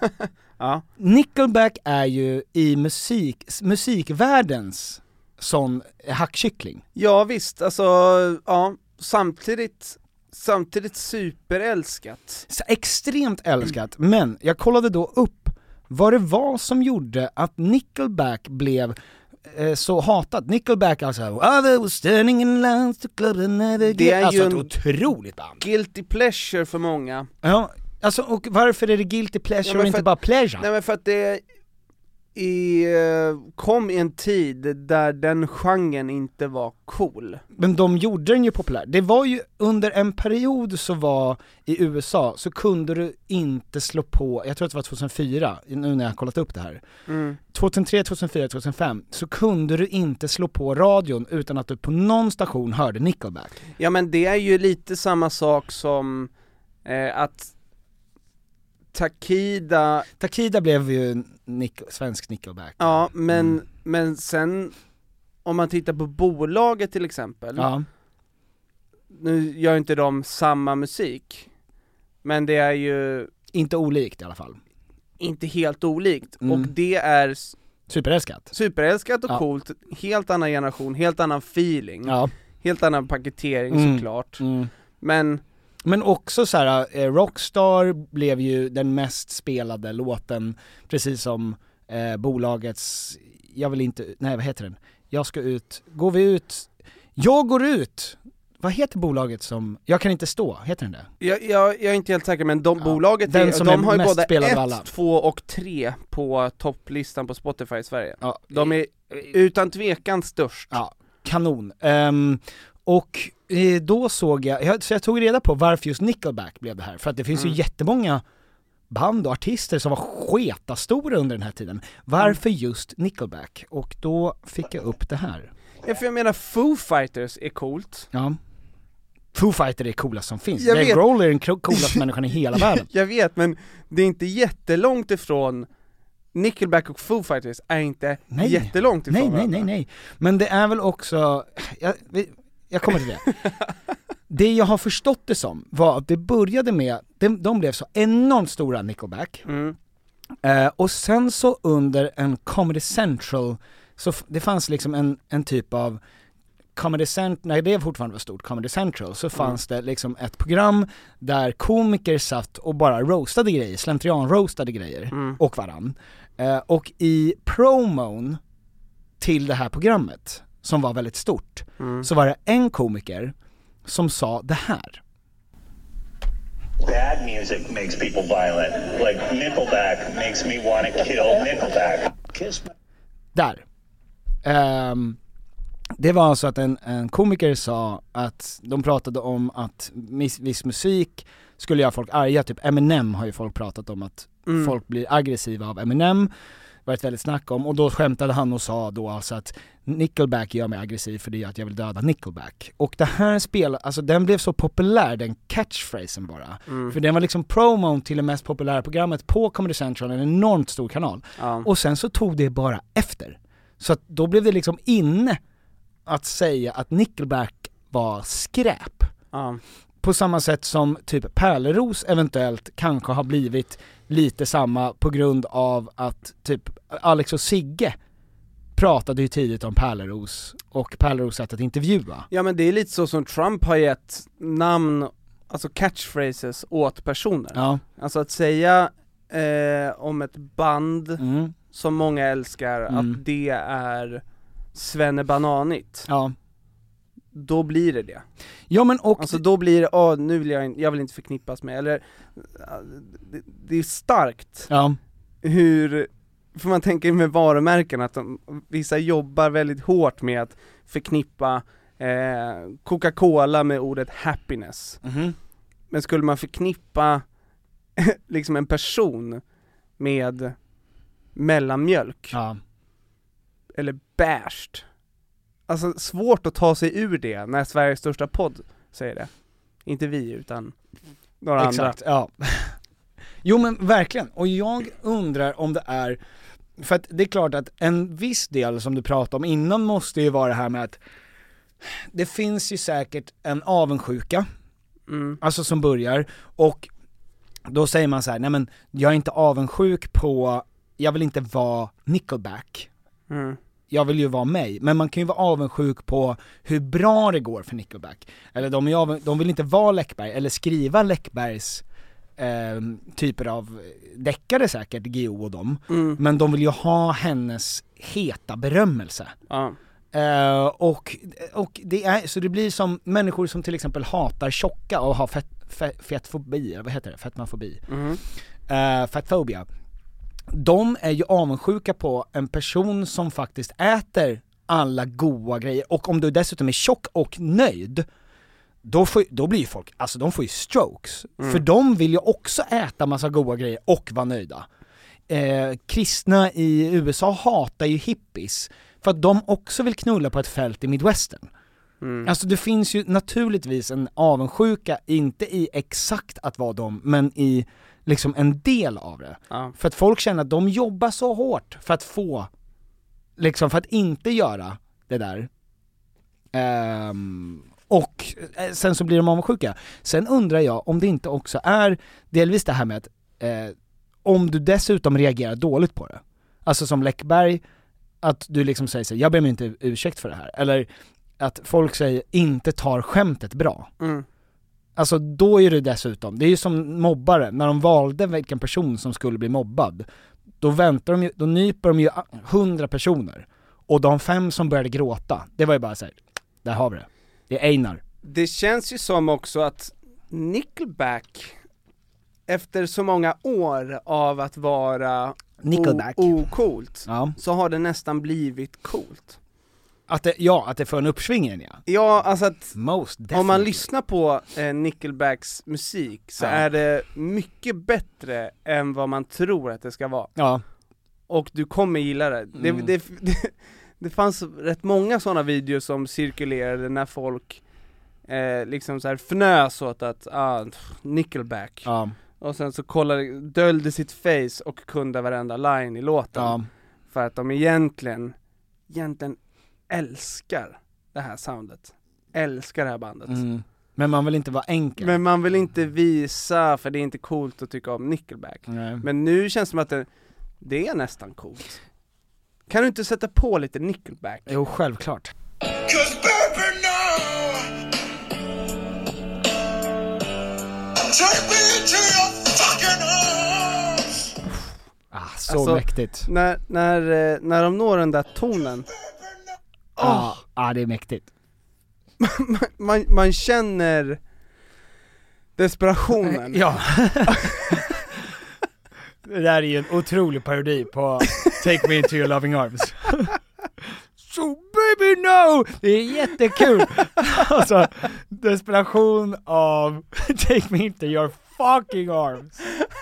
Ja. Nickelback är ju i musik musikvärldens sån hackkyckling. Ja visst, alltså ja, samtidigt samtidigt superälskat. Så extremt älskat, mm. men jag kollade då upp vad det var som gjorde att Nickelback blev eh, så hatat. Nickelback alltså, I was standing in lines to club and never det är alltså ju ett en otroligt band. Guilty pleasure för många. Ja, alltså och varför är det guilty pleasure ja, och inte att, bara pleasure? Nej men för att det i, kom i en tid där den genren inte var cool. Men de gjorde den ju populär. Det var ju under en period så var i U S A så kunde du inte slå på, jag tror att det var tjugohundrafyra, nu när jag har kollat upp det här. Mm. tjugohundratre, tjugohundrafyra, tjugohundrafem så kunde du inte slå på radion utan att du på någon station hörde Nickelback. Ja, men det är ju lite samma sak som eh, att Takida Takida blev ju Nick, svensk Nickelback. Ja, men, mm. men sen om man tittar på bolaget till exempel. Ja. Nu gör inte de samma musik, men det är ju inte olikt i alla fall. Inte helt olikt. Mm. Och det är superälskat. Superälskat och ja. coolt. Helt annan generation, helt annan feeling. Ja. Helt annan paketering mm. såklart. Mm. Men Men också så här, eh, Rockstar blev ju den mest spelade låten, precis som eh, bolagets, jag vill inte, nej vad heter den? Jag ska ut, går vi ut, jag går ut! Vad heter bolaget som, jag kan inte stå, heter den det? Jag, jag, jag är inte helt säker, men de, ja, bolaget den är, som de är har ju mest både spelad av alla. ett, två och tre på topplistan på Spotify i Sverige. Ja. De är utan tvekan störst. Ja, kanon. Um, och eh, då såg jag, jag, så jag tog reda på varför just Nickelback blev det här. För att det finns mm. ju jättemånga band och artister som var sketastora under den här tiden. Varför just Nickelback? Och då fick jag upp det här. Ja, för jag menar Foo Fighters är coolt. Ja. Foo Fighters är coolast som finns. Jag Dave vet. Grohl är den coolaste människan i hela världen. Jag vet, men det är inte jättelångt ifrån. Nickelback och Foo Fighters är inte nej. jättelångt ifrån. Nej, nej, nej, nej. Men det är väl också, jag, jag kommer till det. Det jag har förstått det som var att det började med, de, de blev så enormt stora, Nickelback. Mm. Eh, och sen så under en Comedy Central, så f- det fanns liksom en, en typ av Comedy Central, när det fortfarande var stort, Comedy Central, så fanns mm. det liksom ett program där komiker satt och bara roastade grejer, slentrian roastade grejer mm. och varann. Eh, och i promon till det här programmet, som var väldigt stort, mm. så var det en komiker som sa det här. Bad music makes people violent. Like Nickelback makes me want to kill Nickelback. Kiss my... Där. Um, det var alltså att en, en komiker sa att de pratade om att miss, viss musik skulle göra folk arga. Typ Eminem har ju folk pratat om att mm. folk blir aggressiva av Eminem. Det var ett väldigt snack om. Och då skämtade han och sa då alltså att Nickelback gör mig aggressiv för det är att jag vill döda Nickelback. Och det här spel, alltså den blev så populär, den catchphrasen bara. Mm. För den var liksom promon till det mest populära programmet på Comedy Central, en enormt stor kanal. Ja. Och sen så tog det bara efter. Så att då blev det liksom inne att säga att Nickelback var skräp. Ja. På samma sätt som typ Pärleros eventuellt kanske har blivit lite samma på grund av att typ Alex och Sigge pratade ju tidigt om Pärleros och Pärleros sätt att intervjua. Ja, men det är lite så som Trump har gett namn, alltså catchphrases åt personer. Ja. Alltså att säga eh, om ett band mm. som många älskar mm. att det är Svennebananigt. Ja. Då blir det det. Ja, men och alltså då blir det, åh, nu vill jag, jag vill inte förknippas med, eller det, det är starkt. Ja. Hur, för man tänker med varumärken att de, vissa jobbar väldigt hårt med att förknippa eh, Coca-Cola med ordet happiness. Mm-hmm. Men skulle man förknippa liksom en person med mellanmjölk ja. eller bärst, alltså svårt att ta sig ur det när Sveriges största podd säger det. Inte vi, utan några Exakt, andra. Ja. Jo men verkligen, och jag undrar om det är, för att det är klart att en viss del som du pratade om innan måste ju vara det här med att det finns ju säkert en avundsjuka, mm. alltså som börjar, och då säger man så här: nej men jag är inte avundsjuk på, jag vill inte vara Nickelback. Mm. Jag vill ju vara mig, men man kan ju vara avundsjuk på hur bra det går för Nickelback. Eller de, är av, de vill inte vara Läckberg eller skriva Läckbergs eh, typer av deckare säkert, G O och dem. Mm. Men de vill ju ha hennes heta berömmelse. Ja. Eh, och, och det är, så det blir som människor som till exempel hatar tjocka och har fett, fett, fettfobi, vad heter det? Fettmafobi. Mm. Eh, fettfobia. de är ju avundsjuka på en person som faktiskt äter alla goda grejer, och om du dessutom är tjock och nöjd, då, får, då blir ju folk, alltså de får ju strokes, mm. för de vill ju också äta massa goda grejer och vara nöjda. Eh, kristna i U S A hatar ju hippies för att de också vill knulla på ett fält i Midwestern. Mm. Alltså det finns ju naturligtvis en avundsjuka, inte i exakt att vara dem, men i liksom en del av det. Ja. För att folk känner att de jobbar så hårt för att få, liksom för att inte göra det där. Um, och sen så blir de avundsjuka. Sen undrar jag om det inte också är delvis det här med att eh, om du dessutom reagerar dåligt på det. Alltså som Läckberg, att du liksom säger så, jag ber mig inte ursäkt för det här. Eller att folk säger inte tar skämtet bra. Mm. Alltså då är det dessutom, det är ju som mobbare, när de valde vilken person som skulle bli mobbad, då väntar de ju, då nyper de ju hundra personer, och de fem som började gråta, det var ju bara så här, där har vi det. Det är Einar. Det känns ju som också att Nickelback, efter så många år av att vara Nickelback ocoolt, ja. så har det nästan blivit coolt. Att det, ja, att det får en uppsving igen, ja. Ja, alltså att Most om man lyssnar på eh, Nickelbacks musik så ja. är det mycket bättre än vad man tror att det ska vara. Ja. Och du kommer gilla det. Mm. Det, det, det, det fanns rätt många sådana videos som cirkulerade när folk eh, liksom så här fnös åt att ah, Nickelback. Ja. Och sen så kollade, döljde sitt face och kunde varenda line i låten. Ja. För att de egentligen egentligen älskar det här soundet. Älskar det här bandet. Mm. Men man vill inte vara enkel. Men man vill inte visa, för det är inte coolt att tycka om Nickelback. Nej. Men nu känns det som att det, det är nästan coolt. Kan du inte sätta på lite Nickelback? Jo, självklart. Ah, så alltså, mäktigt. När, när, när de når den där tonen. Ja, oh. ah, ah, det är mäktigt. man, man, man känner desperationen. Ja. Det där är ju en otrolig parodi på Take Me Into Your Loving Arms. So baby no! Det är jättekul. Alltså, desperation av Take Me Into Your Fucking Arms.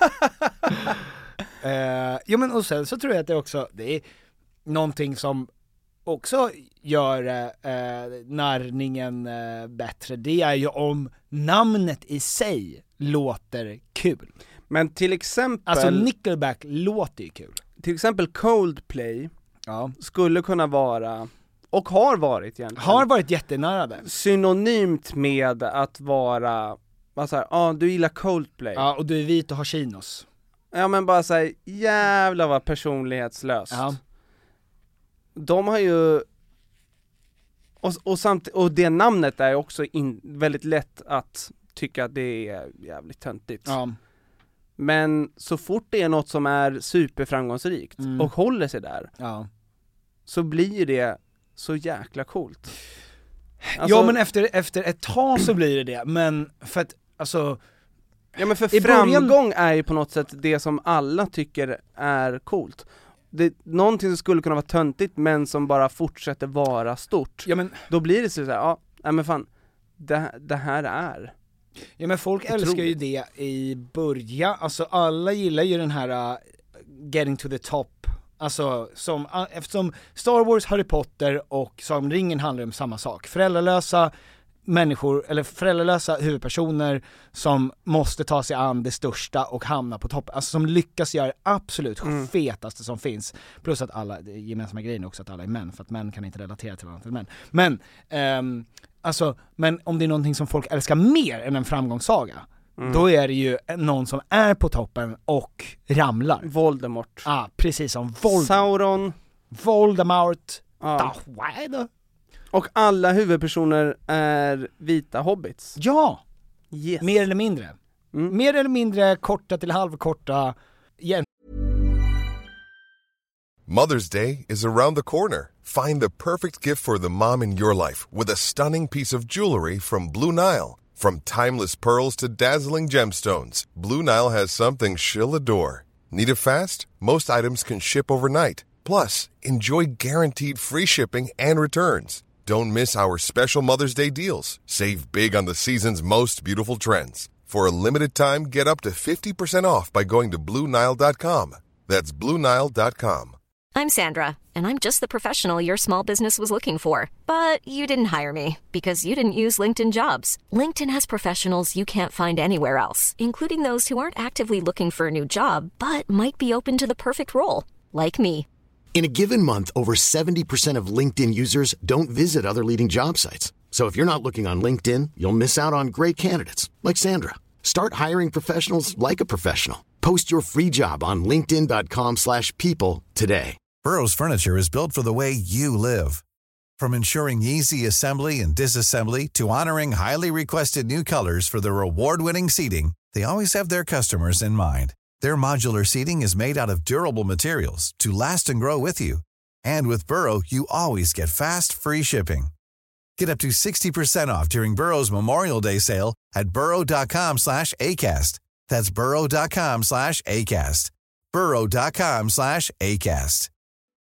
Uh, jo men och sen så tror jag att det också, det är någonting som också gör uh, narrningen uh, bättre. Det är ju om namnet i sig låter kul. Men till exempel, alltså Nickelback låter ju kul. Till exempel Coldplay ja. skulle kunna vara, och har varit egentligen, har varit jättenära det. Synonymt med att vara, bara så här, ja ah, du gillar Coldplay. Ja, och du är vit och har chinos. Ja men bara såhär, jävla vad personlighetslöst. Ja. De har ju, och, och, samt, och det namnet är också in, väldigt lätt att tycka att det är jävligt töntigt. Ja. Men så fort det är något som är superframgångsrikt mm. och håller sig där, ja. så blir det så jäkla coolt. Alltså, ja men efter, efter ett tag så blir det det, men för att, alltså ja men för framgång början är ju på något sätt det som alla tycker är coolt. Det är någonting som skulle kunna vara töntigt men som bara fortsätter vara stort. Ja men då blir det så här, ja, nej men fan, det, det här är. Ja men folk otroligt. Älskar ju det i början, alltså alla gillar ju den här uh, getting to the top. Alltså som, uh, eftersom Star Wars, Harry Potter och Sagan om ringen handlar om samma sak. Föräldralösa människor, eller föräldralösa huvudpersoner som måste ta sig an det största och hamna på topp. Alltså som lyckas göra absolut mm. fetaste som finns. Plus att alla, det gemensamma grejen är också att alla är män, för att män kan inte relatera till annat än män. Men, um, alltså, men om det är någonting som folk älskar mer än en framgångssaga, mm. då är det ju någon som är på toppen och ramlar. Voldemort. Ja, ah, precis som Voldemort. Sauron. Voldemort. Ah. Och alla huvudpersoner är vita hobbits. Ja, yes. Mer eller mindre. Mm. Mer eller mindre korta till halvkorta. Yeah. Mother's Day is around the corner. Find the perfect gift for the mom in your life with a stunning piece of jewelry from Blue Nile. From timeless pearls to dazzling gemstones, Blue Nile has something she'll adore. Need it fast? Most items can ship overnight. Plus, enjoy guaranteed free shipping and returns. Don't miss our special Mother's Day deals. Save big on the season's most beautiful trends. For a limited time, get up to fifty percent off by going to Blue Nile dot com. That's Blue Nile dot com. I'm Sandra, and I'm just the professional your small business was looking for. But you didn't hire me because you didn't use LinkedIn Jobs. LinkedIn has professionals you can't find anywhere else, including those who aren't actively looking for a new job, but might be open to the perfect role, like me. In a given month, over seventy percent of LinkedIn users don't visit other leading job sites. So if you're not looking on LinkedIn, you'll miss out on great candidates like Sandra. Start hiring professionals like a professional. Post your free job on linkedin dot com slash people today. Burrow's furniture is built for the way you live. From ensuring easy assembly and disassembly to honoring highly requested new colors for their award-winning seating, they always have their customers in mind. Their modular seating is made out of durable materials to last and grow with you. And with Burrow, you always get fast, free shipping. Get up to sixty percent off during Burrow's Memorial Day sale at burrow dot com slash acast. That's burrow dot com slash acast. burrow dot com slash acast.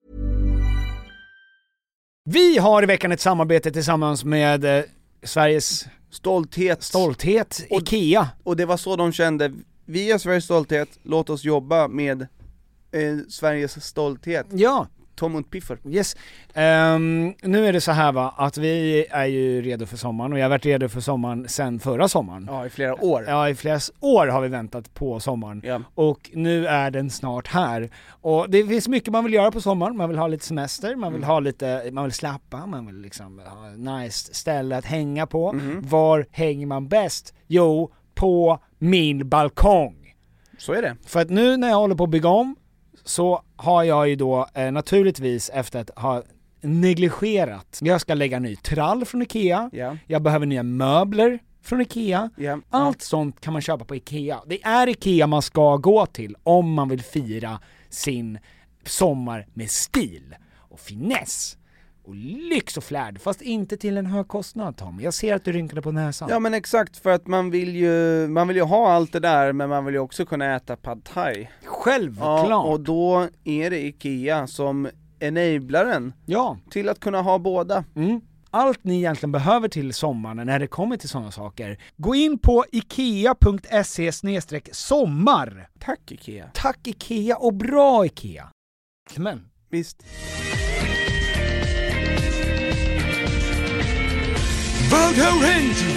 Vi har i veckan ett samarbete tillsammans med eh, Sveriges stolthet, stolthet IKEA. Och det var så de kände, vi är Sveriges stolthet, låt oss jobba med eh, Sveriges stolthet. Ja. Tom und Piffer. Yes. Um, nu är det så här va, att vi är ju redo för sommaren och jag har varit redo för sommaren sedan förra sommaren. Ja, i flera år. Ja, i flera år har vi väntat på sommaren. Ja. Och nu är den snart här. Och det finns mycket man vill göra på sommaren. Man vill ha lite semester, man vill mm. ha lite, man vill slappa, man vill liksom ha ett nice ställe att hänga på. Mm. Var hänger man bäst? Jo, på min balkong. Så är det. För att nu när jag håller på att bygga om så har jag ju då eh, naturligtvis efter att ha negligerat. Jag ska lägga ny trall från IKEA. Yeah. Jag behöver nya möbler från IKEA. Yeah. Allt yeah. sånt kan man köpa på IKEA. Det är IKEA man ska gå till om man vill fira sin sommar med stil och finess och lyx och flärd, fast inte till en hög kostnad, Tom. Jag ser att du rynkade på näsan. Ja, men exakt, för att man vill ju man vill ju ha allt det där, men man vill ju också kunna äta pad thai. Självklart. Ja, och då är det IKEA som enablaren ja. till att kunna ha båda. Mm. Allt ni egentligen behöver till sommaren när det kommer till sådana saker. Gå in på ikea punkt se snedstreck sommar. Tack IKEA. Tack IKEA och bra IKEA. Men visst. Vad har hänt?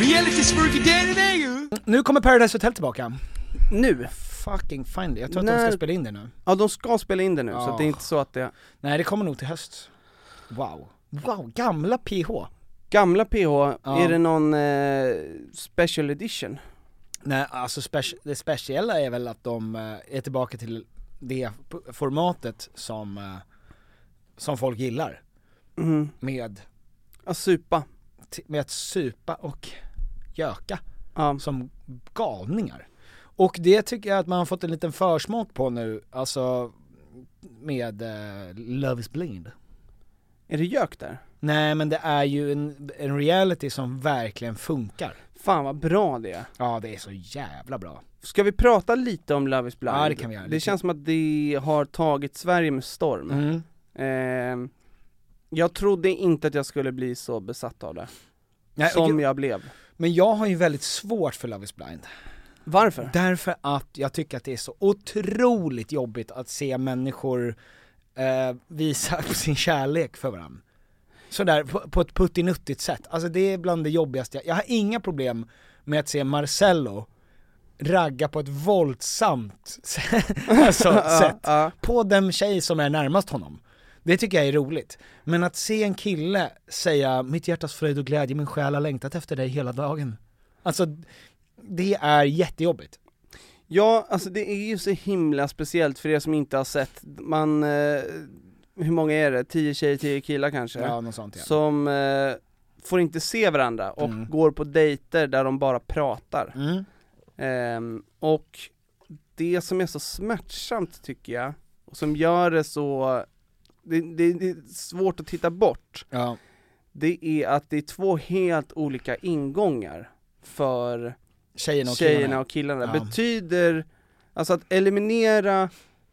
Reality Nu kommer Paradise Hotel tillbaka. Nu? Fucking fine. Jag tror att När... de ska spela in det nu. Ja, de ska spela in det nu, oh. så det är inte så att det... Nej, det kommer nog till höst. Wow. Wow, gamla P H. Gamla P H, ja. Är det någon eh, special edition? Nej, alltså speci- det speciella är väl att de eh, är tillbaka till det formatet som, eh, som folk gillar. Mm. Med att supa. T- med att supa och göka. Ja. Som galningar. Och det tycker jag att man har fått en liten försmak på nu. Alltså med eh, Love is Blind. Är det gök där? Nej, men det är ju en, en reality som verkligen funkar. Fan vad bra det är. Ja, det är så jävla bra. Ska vi prata lite om Love is Blind? Ja, det kan vi göra. Det känns som att det har tagit Sverige med storm. Mm. Eh, jag trodde inte att jag skulle bli så besatt av det. Nej, som jag, jag blev. Men jag har ju väldigt svårt för Love is Blind. Varför? Därför att jag tycker att det är så otroligt jobbigt att se människor eh, visa sin kärlek för varandra. Sådär, på, på ett puttinuttigt sätt. Alltså det är bland det jobbigaste. Jag har inga problem med att se Marcello ragga på ett våldsamt alltså, sätt ja. på den tjej som är närmast honom. Det tycker jag är roligt. Men att se en kille säga mitt hjärtas fröjd och glädje, min själ har längtat efter dig hela dagen. Alltså det är jättejobbigt. Ja, alltså det är ju så himla speciellt för er som inte har sett. Man, eh, hur många är det? Tio tjejer, tio killar kanske? Ja, något sånt, ja. Som eh, får inte se varandra och mm. går på dejter där de bara pratar. Mm. Eh, och det som är så smärtsamt tycker jag, och som gör det så... Det, det, det är svårt att titta bort. Ja. Det är att det är två helt olika ingångar för tjejerna och tjejerna killarna. Och killarna. Ja. Betyder alltså att eliminera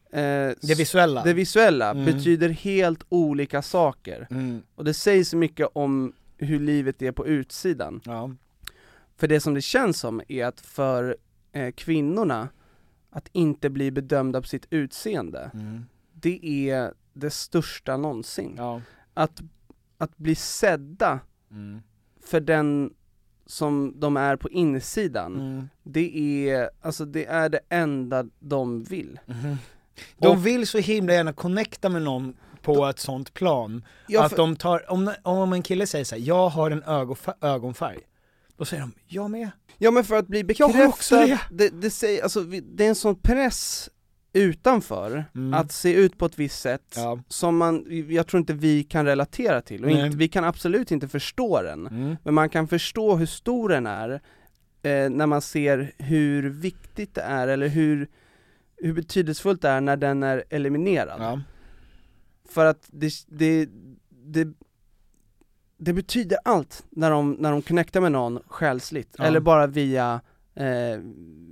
eh, Det visuella. Det visuella Mm. betyder helt olika saker. Mm. Och det sägs mycket om hur livet är på utsidan. Ja. För det som det känns som är att för eh, kvinnorna att inte bli bedömda på sitt utseende, Mm. det är det största någonsin. Ja. Att, att bli sedda Mm. för den som de är på insidan, Mm. det är alltså det är det enda de vill. Mm. De Och- vill så himla gärna connecta med någon på ett sånt plan. Ja, att för- de tar, om, om en kille säger så här: jag har en ögonf- ögonfärg. Då säger de, jag med. Ja, men för att bli Jag har också bekräftad, det. det, det, säger, alltså, vi- det är en sån press utanför Mm. att se ut på ett visst sätt Ja. som man, jag tror inte vi kan relatera till, och Nej. inte, vi kan absolut inte förstå den, Mm. men man kan förstå hur stor den är eh, när man ser hur viktigt det är, eller hur, hur betydelsefullt det är när den är eliminerad. Ja. För att det, det, det, det betyder allt när de, när de connectar med någon själsligt, Ja. eller bara via eh,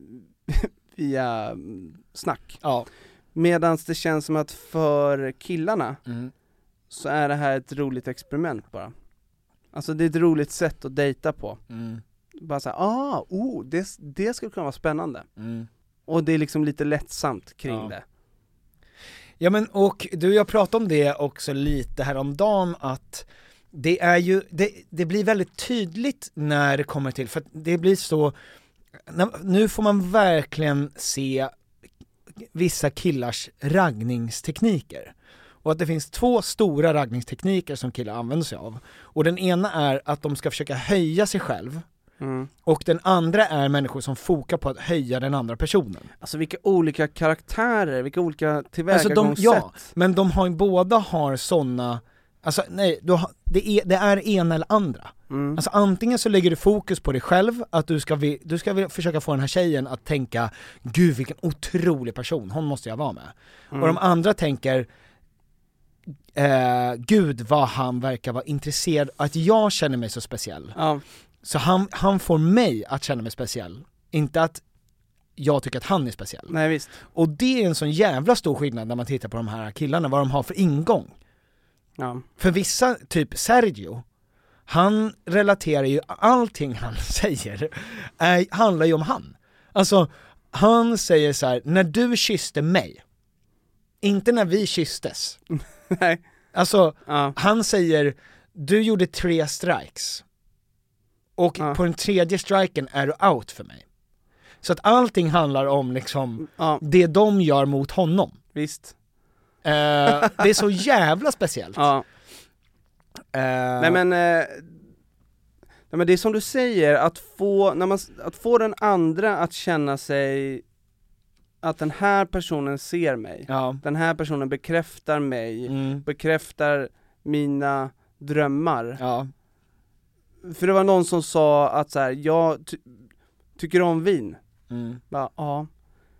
via mm, snack. Ja. Medans det känns som att för killarna Mm. så är det här ett roligt experiment bara. Alltså det är ett roligt sätt att dejta på. Mm. Bara såhär, ah, oh, det, det skulle kunna vara spännande. Mm. Och det är liksom lite lättsamt kring Ja. det. Ja, men och du, jag pratade om det också lite häromdagen, att det är ju, det, det blir väldigt tydligt när det kommer till, för att det blir så, när, nu får man verkligen se vissa killars raggningstekniker. Och att det finns två stora raggningstekniker som killar använder sig av. Och den ena är att de ska försöka höja sig själv. Mm. Och den andra är människor som fokar på att höja den andra personen. Alltså vilka olika karaktärer, vilka olika Alltså de, tillvägagångssätt. ja, men de har ju, båda har såna, alltså nej, du har, det, är, det är ena eller andra. Mm. Alltså antingen så lägger du fokus på dig själv, att du ska, vi, du ska vi- försöka få den här tjejen att tänka, gud vilken otrolig person, hon måste jag vara med. Mm. Och de andra tänker, eh, gud vad han verkar vara intresserad, att jag känner mig så speciell. Ja. Så han, han får mig att känna mig speciell, inte att jag tycker att han är speciell. Nej, visst. Och det är en sån jävla stor skillnad när man tittar på de här killarna, vad de har för ingång. Ja. För vissa, typ Sergio, han relaterar ju, allting han säger är, handlar ju om han. Alltså, han säger så här: när du kysste mig, inte när vi kysstes. Nej. Alltså, Ja. han säger, du gjorde tre strikes. Och Ja. på den tredje striken är du out för mig. Så att allting handlar om liksom Ja. det de gör mot honom. Visst. Eh, det är så jävla speciellt. Ja. Eh, Nej men, eh, nej men det är som du säger, att få, när man, att få den andra att känna sig att den här personen ser mig, ja. den här personen bekräftar mig, Mm. bekräftar mina drömmar. Ja. För det var någon som sa att så här, jag ty- tycker om vin. Mm. Bara, ja.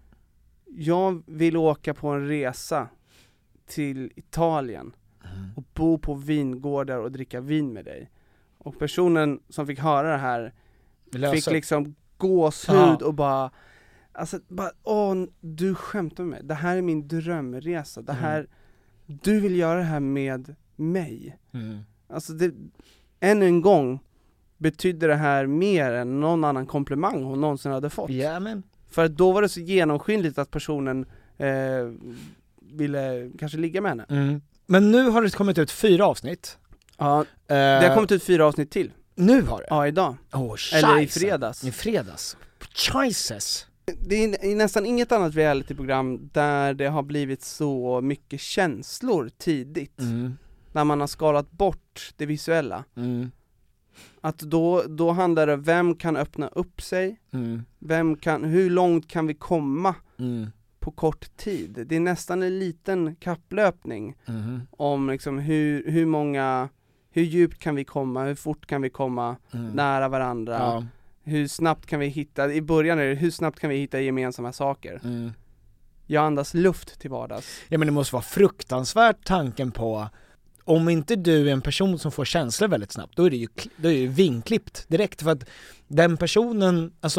Jag vill åka på en resa till Italien Mm. och bo på vingårdar och dricka vin med dig. Och personen som fick höra det här Lösa. fick liksom gåshud Ja. och bara, alltså bara, åh, du skämtar med mig. Det här är min drömresa. Det här, du vill göra det här med mig. Mm. Alltså det, än en gång betydde det här mer än någon annan komplimang hon någonsin hade fått. Ja, men. För att då var det så genomskinligt att personen eh, ville kanske ligga med henne. Mm. Men nu har det kommit ut fyra avsnitt. Ja, Eh, det har kommit ut fyra avsnitt till. Nu har det? Ja, idag. Oh, Eller i scheisse. fredags. I fredags. Jesus. Det är i nästan inget annat realityprogram där det har blivit så mycket känslor tidigt. Mm. När man har skalat bort det visuella. Mm. Att då, då handlar det, vem kan öppna upp sig? Mm. Vem kan, hur långt kan vi komma Mm. på kort tid? Det är nästan en liten kapplöpning Mm. om liksom hur, hur många, hur djupt kan vi komma, hur fort kan vi komma Mm. nära varandra? Ja. Hur snabbt kan vi hitta, i början är det, hur snabbt kan vi hitta gemensamma saker? Mm. Jag andas luft till vardags. Ja, men det måste vara fruktansvärt tanken på, om inte du är en person som får känslor väldigt snabbt, då är det ju, då är det ju vinklippt direkt, för att den personen, alltså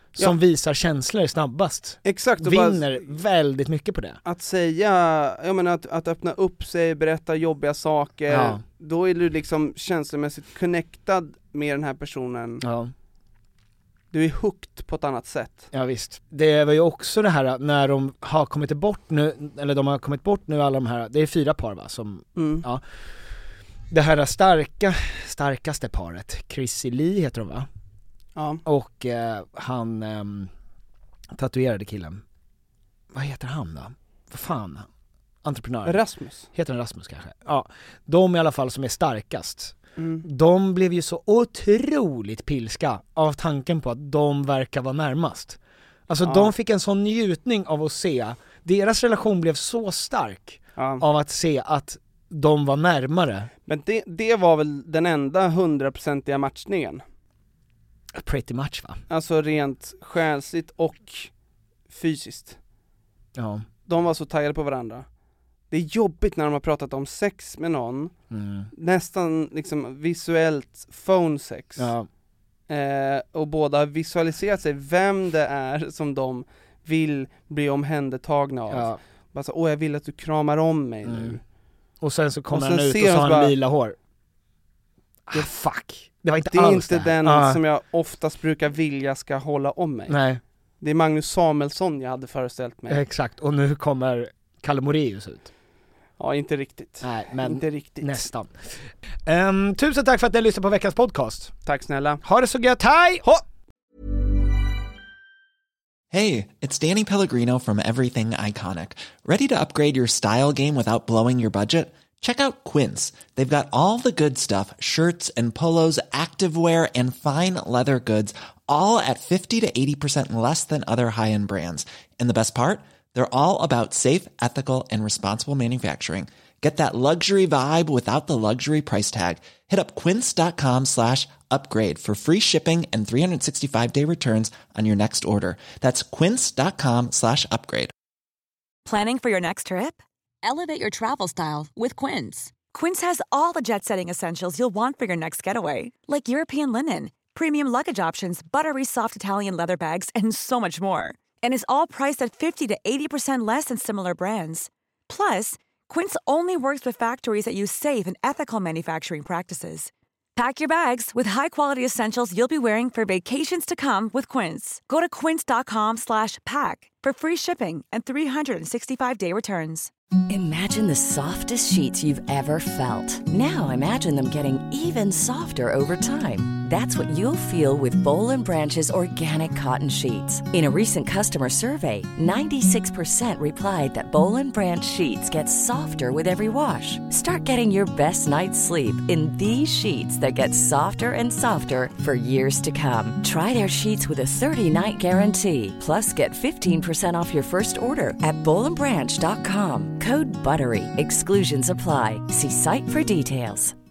som Ja. visar känslor snabbast. Exakt, och vinner bara, väldigt mycket på det. att säga, jag menar att, att öppna upp sig, berätta jobbiga saker, Ja. då är du liksom känslomässigt connectad med den här personen. Ja. Du är hooked på ett annat sätt. Ja visst. Det var ju också det här när de har kommit bort nu, eller de har kommit bort nu alla de här, det är fyra par va som, Mm. ja. Det här starka, starkaste paret, Chrissy Lee heter de va? Ja. Och eh, han ehm, tatuerade killen. Vad heter han då? Vad fan? Entreprenör. Rasmus. Heter han Rasmus kanske? Ja. De i alla fall som är starkast. Mm. De blev ju så otroligt pilska av tanken på att de verkar vara närmast. Alltså Ja. de fick en sån njutning av att se, deras relation blev så stark Ja. av att se att de var närmare. Men det, det var väl den enda hundraprocentiga matchningen. Pretty much va? Alltså rent själsligt och fysiskt. Ja. De var så taggade på varandra. Det är jobbigt när de har pratat om sex med någon, Mm. nästan liksom visuellt phone sex. Ja. Eh, och båda har visualiserat sig vem det är som de vill bli omhändertagna av. Ja. Bara så, åh jag vill att du kramar om mig Mm. nu. Och sen så kommer Och sen han ut ser och så de har bara- han lila hår. Ah, fuck. Det var inte Det är alls inte det. den Ah. som jag oftast brukar vilja ska hålla om mig. Nej. Det är Magnus Samuelsson jag hade föreställt mig. Exakt, och nu kommer Kalle Moraeus ut. Ja, inte riktigt. Nej, men inte riktigt. nästan. Um, tusen tack för att ni lyssnade på veckans podcast. Tack snälla. Ha det så gött, hej! Ha! Hey, it's Danny Pellegrino from Everything Iconic. Ready to upgrade your style game without blowing your budget? Check out Quince. They've got all the good stuff, shirts and polos, activewear, and fine leather goods, all at fifty to eighty percent less than other high-end brands. And the best part? They're all about safe, ethical, and responsible manufacturing. Get that luxury vibe without the luxury price tag. Hit up quince.com slash upgrade for free shipping and three sixty-five day returns on your next order. That's quince.com slash upgrade. Planning for your next trip? Elevate your travel style with Quince. Quince has all the jet-setting essentials you'll want for your next getaway, like European linen, premium luggage options, buttery soft Italian leather bags, and so much more. And is all priced at fifty to eighty percent less than similar brands. Plus, Quince only works with factories that use safe and ethical manufacturing practices. Pack your bags with high-quality essentials you'll be wearing for vacations to come with Quince. Go to quince.com slash pack for free shipping and three sixty-five day returns. Imagine the softest sheets you've ever felt. Now imagine them getting even softer over time. That's what you'll feel with Bowl and Branch's organic cotton sheets. In a recent customer survey, ninety-six percent replied that Bowl and Branch sheets get softer with every wash. Start getting your best night's sleep in these sheets that get softer and softer for years to come. Try their sheets with a thirty-night guarantee. Plus, get fifteen percent off your first order at bowl and branch dot com. Code BUTTERY. Exclusions apply. See site for details.